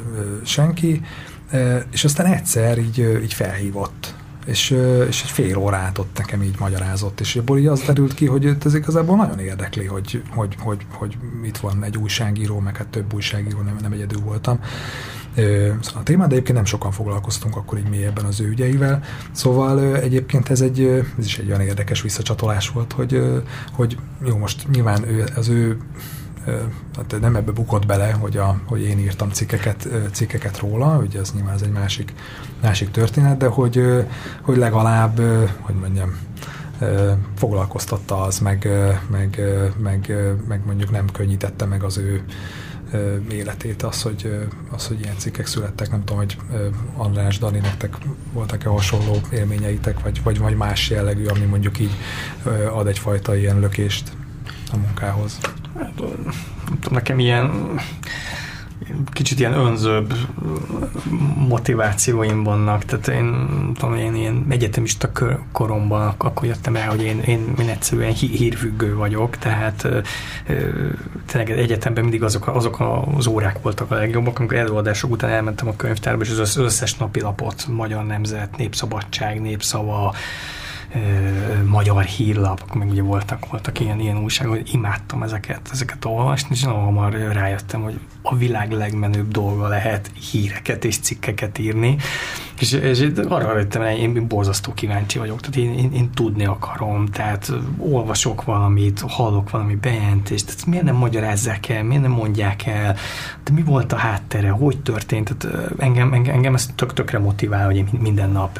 senki, és aztán egyszer így, így felhívott, és, és egy fél órát ott nekem így magyarázott, és ebből így az derült ki, hogy ez igazából nagyon érdekli, hogy, hogy, hogy, hogy itt van egy újságíró, meg hát több újságíró, nem, nem egyedül voltam. Szóval a témát, de egyébként nem sokan foglalkoztunk akkor így mélyebben az ő ügyeivel, szóval egyébként ez, egy, ez is egy olyan érdekes visszacsatolás volt, hogy, hogy jó, most nyilván ő, az ő hát nem ebbe bukott bele, hogy, a, hogy én írtam cikkeket, cikkeket róla, ugye ez nyilván ez egy másik, másik történet, de hogy, hogy legalább, hogy mondjam, foglalkoztatta az, meg, meg, meg, meg mondjuk nem könnyítette meg az ő életét az, hogy, az, hogy ilyen cikkek születtek. Nem tudom, hogy András, Dani, nektek voltak-e hasonló élményeitek, vagy, vagy, vagy más jellegű, ami mondjuk így ad egyfajta ilyen lökést a munkához. Hát, nem tudom, nekem ilyen kicsit ilyen önzőbb motivációim vannak, tehát én, tudom, én ilyen egyetemista koromban akkor jöttem el, hogy én, én, én egyszerűen hírfüggő vagyok, tehát tényleg egyetemben mindig azok, azok az órák voltak a legjobbak, amikor előadások után elmentem a könyvtárba, és az összes napilapot, Magyar Nemzet, Népszabadság, Népszava, Magyar Hírlap, akkor meg ugye voltak, voltak ilyen, ilyen újságok, hogy imádtam ezeket, ezeket olvasni, és nagyon hamar rájöttem, hogy a világ legmenőbb dolga lehet híreket és cikkeket írni, és, és arra jöttem, hogy én borzasztó kíváncsi vagyok, tehát én, én, én tudni akarom, tehát olvasok valamit, hallok valami bejelentést, tehát miért nem magyarázzák el, miért nem mondják el, de mi volt a háttere, hogy történt, tehát engem, engem, engem ez tök-tökre motivál, hogy én minden nap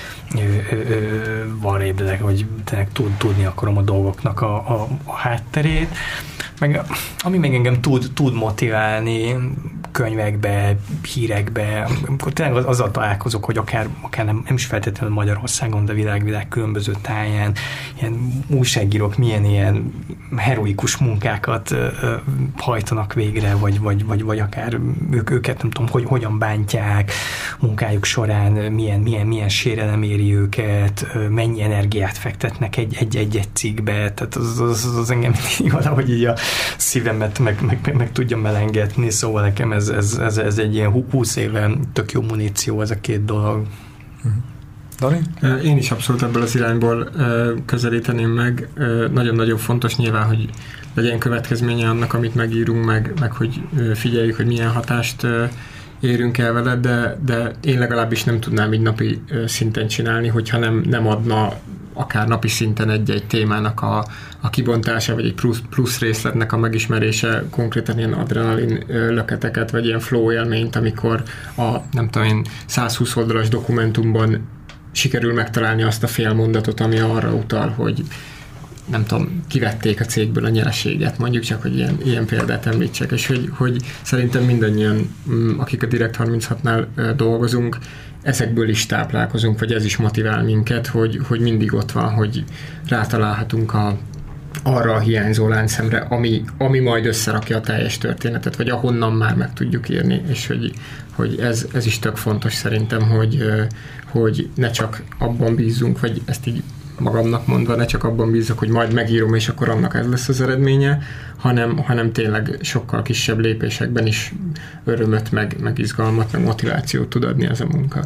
van ébredek, hogy tényleg tud, tudni akarom a dolgoknak a, a, a hátterét, meg ami még engem tud, tud motiválni könyvekbe, hírekbe, amikor tényleg azzal találkozok, hogy akár, akár nem, nem is feltétlenül Magyarországon, de világ-világ különböző táján ilyen újságírók milyen ilyen heroikus munkákat ö, hajtanak végre, vagy, vagy, vagy, vagy akár ők, őket nem tudom, hogy hogyan bántják munkájuk során, milyen, milyen, milyen sérelem éri őket, mennyi energiát fektetnek egy-egy cikkbe, tehát az, az, az engem valahogy így a szívemet meg, meg, meg, meg tudja melengetni, szóval nekem ez, ez, ez, ez egy ilyen húsz éve tök jó muníció, ez a két dolog. Dani? Én is abszolút ebből az irányból közelíteném meg. Nagyon-nagyon fontos nyilván, hogy legyen következménye annak, amit megírunk, meg, meg hogy figyeljük, hogy milyen hatást érünk el vele, de, de én legalábbis nem tudnám így napi szinten csinálni, hogyha nem, nem adna akár napi szinten egy-egy témának a, a kibontása, vagy egy plusz, plusz részletnek a megismerése, konkrétan ilyen adrenalin löketeket, vagy ilyen flow élményt, amikor a nem tudom én százhúsz oldalas dokumentumban sikerül megtalálni azt a fél mondatot, ami arra utal, hogy nem tudom, kivették a cégből a nyereséget, mondjuk csak, hogy ilyen, ilyen példát említsek, és hogy, hogy szerintem mindannyian, akik a Direkt harminchatnál dolgozunk, ezekből is táplálkozunk, vagy ez is motivál minket, hogy, hogy mindig ott van, hogy rátalálhatunk a, arra a hiányzó láncszemre, ami, ami majd összerakja a teljes történetet, vagy ahonnan már meg tudjuk írni, és hogy, hogy ez, ez is tök fontos szerintem, hogy, hogy ne csak abban bízzunk, vagy ezt így magamnak mondva, ne csak abban bízzak, hogy majd megírom, és akkor annak ez lesz az eredménye, hanem, hanem tényleg sokkal kisebb lépésekben is örömöt, meg, meg izgalmat, meg motivációt tud adni ez a munka.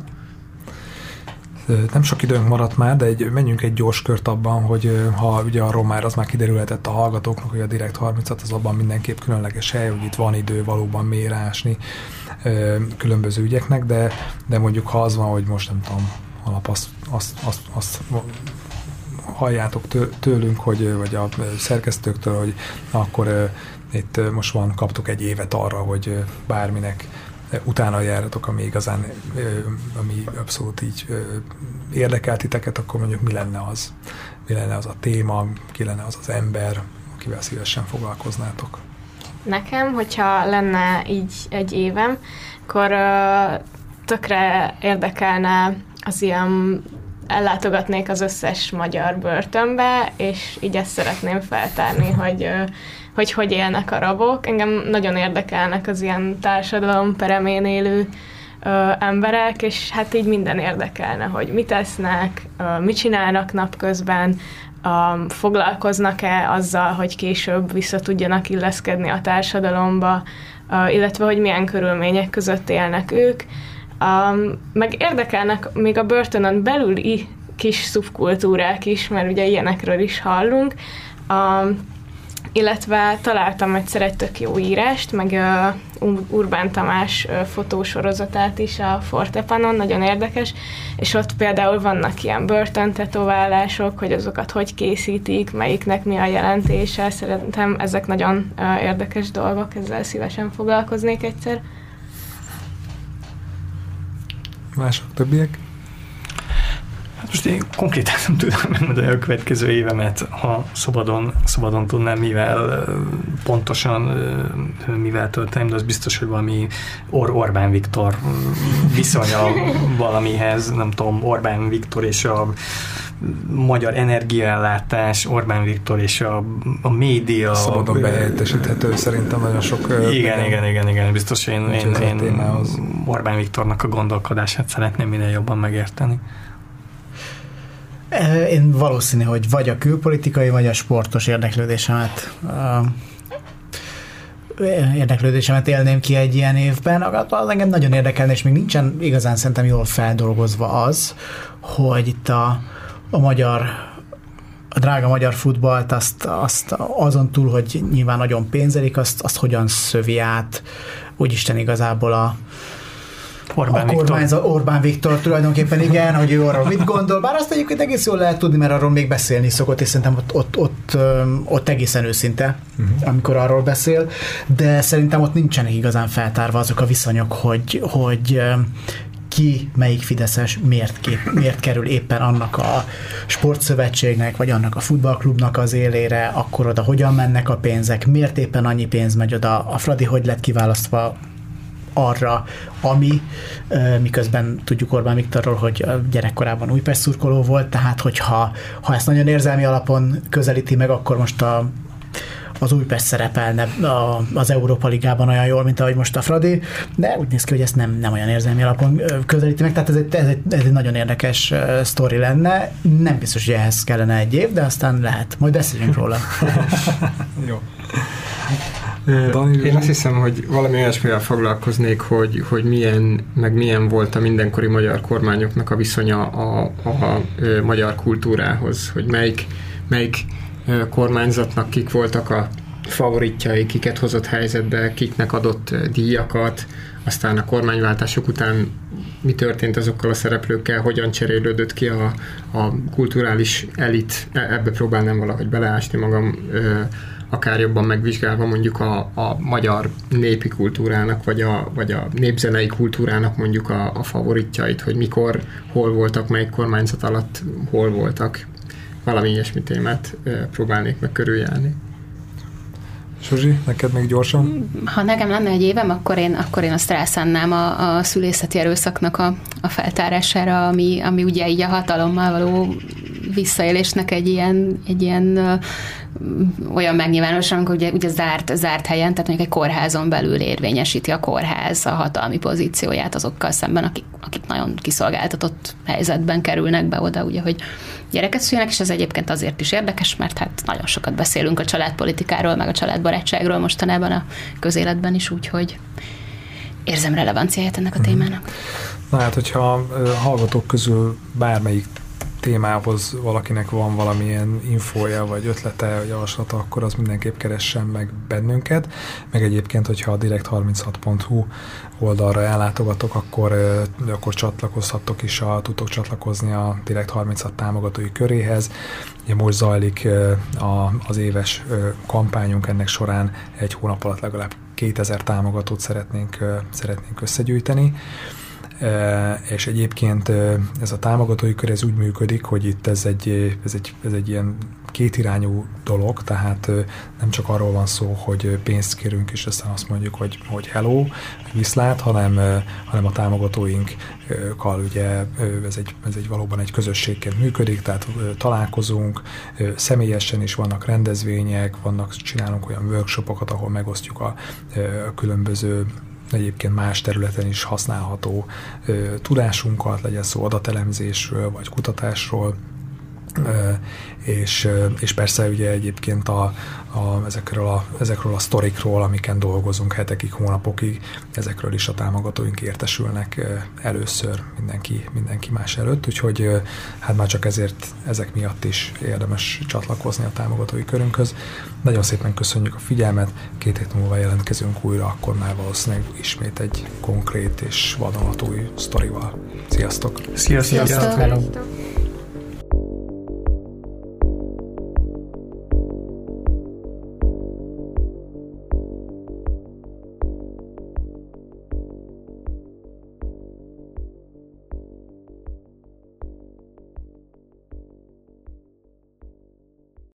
Nem sok időnk maradt már, de egy, menjünk egy gyors kört abban, hogy ha ugye arról már az már kiderülhetett a hallgatóknak, hogy a Direkt harminchat az abban mindenképp különleges hely, hogy itt van idő valóban mélyre ásni különböző ügyeknek, de, de mondjuk ha az van, hogy most nem tudom, alap azt, azt, azt, azt halljátok tőlünk, hogy, vagy a szerkesztőktől, hogy akkor itt most van, kaptok egy évet arra, hogy bárminek utána járjatok, ami igazán, ami abszolút így érdekel titeket, akkor mondjuk mi lenne az? Mi lenne az a téma, ki lenne az az ember, akivel szívesen foglalkoznátok? Nekem, hogyha lenne így egy évem, akkor tökre érdekelne az ilyen, ellátogatnék az összes magyar börtönbe, és így ezt szeretném feltárni, hogy hogy hogy élnek a rabok. Engem nagyon érdekelnek az ilyen társadalom peremén élő ö, emberek, és hát így minden érdekelne, hogy mit esznek, ö, mit csinálnak napközben, ö, foglalkoznak-e azzal, hogy később vissza tudjanak illeszkedni a társadalomba, ö, illetve hogy milyen körülmények között élnek ők. Ö, meg érdekelnek még a börtönön belüli kis szubkultúrák is, mert ugye ilyenekről is hallunk, ö, illetve találtam egyszer egy tök jó írást, meg uh, Urbán Tamás uh, fotósorozatát is a Fortepanon, nagyon érdekes, és ott például vannak ilyen börtöntetoválások, hogy azokat hogy készítik, melyiknek mi a jelentése, szerintem ezek nagyon uh, érdekes dolgok, ezzel szívesen foglalkoznék egyszer. Mások, többiek? Hát most én konkrétan nem tudom megmondani a következő évemet, ha szabadon, szabadon tudnám, mivel pontosan mivel tölteném, de az biztos, hogy valami Or- Orbán Viktor viszonya valamihez, nem tudom, Orbán Viktor és a magyar energiaellátás, Orbán Viktor és a, a média. Szabadon behelyettesíthető szerintem nagyon sok... Igen, igen, igen, igen, igen, biztos én, én, én Orbán Viktornak a gondolkodását szeretném minél jobban megérteni. Én valószínű, hogy vagy a külpolitikai, vagy a sportos érdeklődésemet érdeklődésemet élném ki egy ilyen évben. Az engem nagyon érdekelne, és még nincsen igazán szerintem jól feldolgozva az, hogy itt a, a magyar a drága magyar futballt, azt, azt azon túl, hogy nyilván nagyon pénzelik, azt, azt hogyan szövi át úgyisten igazából a Orbán a kormányzat, Viktor. Orbán Viktor tulajdonképpen, igen, hogy ő arról mit gondol, bár azt egyébként egész jól lehet tudni, mert arról még beszélni szokott, és szerintem ott, ott, ott, ott egészen őszinte, uh-huh. amikor arról beszél, de szerintem ott nincsenek igazán feltárva azok a viszonyok, hogy, hogy ki, melyik fideszes, miért, kép, miért kerül éppen annak a sportszövetségnek, vagy annak a futballklubnak az élére, akkor oda hogyan mennek a pénzek, miért éppen annyi pénz megy oda, a Fradi hogy lett kiválasztva arra, ami, miközben tudjuk Orbán Viktorról, hogy gyerekkorában Újpest szurkoló volt, tehát hogyha ha ezt nagyon érzelmi alapon közelíti meg, akkor most a, az Újpest szerepelne a, az Európa Ligában olyan jól, mint ahogy most a Fradi, de úgy néz ki, hogy ezt nem, nem olyan érzelmi alapon közelíti meg, tehát ez egy, ez egy, ez egy nagyon érdekes sztori lenne. Nem biztos, hogy ehhez kellene egy év, de aztán lehet. Majd beszéljünk róla. Jó. Én azt hiszem, hogy valami olyasmivel foglalkoznék, hogy, hogy milyen, meg milyen volt a mindenkori magyar kormányoknak a viszonya a, a, a magyar kultúrához, hogy melyik, melyik kormányzatnak kik voltak a favoritjai, kiket hozott helyzetbe, kiknek adott díjakat, aztán a kormányváltások után mi történt azokkal a szereplőkkel, hogyan cserélődött ki a, a kulturális elit, ebbe próbálnám valahogy beleásni magam, akár jobban megvizsgálva mondjuk a, a magyar népi kultúrának, vagy a, vagy a népzenei kultúrának mondjuk a, a favoritjait, hogy mikor, hol voltak, melyik kormányzat alatt hol voltak. Valami ilyesmi témát próbálnék meg körüljárni. Zsuzsi, neked még gyorsan? Ha nekem lenne egy évem, akkor én, akkor én azt rászánnám a, a szülészeti erőszaknak a, a feltárására, ami, ami ugye így a hatalommal való visszaélésnek egy ilyen, egy ilyen ö, olyan megnyilvános, amikor ugye, ugye zárt, zárt helyen, tehát mondjuk egy kórházon belül érvényesíti a kórház a hatalmi pozícióját azokkal szemben, akik, akik nagyon kiszolgáltatott helyzetben kerülnek be oda, ugye, hogy gyereket szülnek, és ez egyébként azért is érdekes, mert hát nagyon sokat beszélünk a családpolitikáról, meg a családbarátságról mostanában a közéletben is, úgyhogy érzem relevanciáját ennek a témának. Na hát, hogyha a hallgatók közül bármelyik témához valakinek van valamilyen infója, vagy ötlete, vagy javaslata, akkor az mindenképp keressen meg bennünket. Meg egyébként, hogyha a direkt harminchat pont hu oldalra ellátogatok, akkor, akkor csatlakozhattok is, a, tudtok csatlakozni a Direkt harminchat támogatói köréhez. Ugye most zajlik a, az éves kampányunk, ennek során egy hónap alatt legalább kétezer támogatót szeretnénk, szeretnénk összegyűjteni. És egyébként ez a támogatói kör ez úgy működik, hogy itt ez egy, ez egy, ez egy ilyen kétirányú dolog, tehát nem csak arról van szó, hogy pénzt kérünk, és aztán azt mondjuk, hogy, hogy hello, viszlát, hanem, hanem a támogatóinkkal ugye ez egy, ez egy valóban egy közösségként működik, tehát találkozunk, személyesen is vannak rendezvények, vannak, csinálunk olyan workshopokat, ahol megosztjuk a, a különböző egyébként más területen is használható ö, tudásunkat, legyen szó adatelemzésről, vagy kutatásról, ö, és, ö, és persze ugye egyébként a, a, ezekről, a, ezekről a sztorikról, amiken dolgozunk hetekig, hónapokig, ezekről is a támogatóink értesülnek ö, először mindenki, mindenki más előtt, úgyhogy ö, hát már csak ezért, ezek miatt is érdemes csatlakozni a támogatói körünkhöz. Nagyon szépen köszönjük a figyelmet, két hét múlva jelentkezünk újra, akkor már valószínűleg ismét egy konkrét és vadonatúj sztorival. Sziasztok! Sziasztok! Sziasztok. Sziasztok.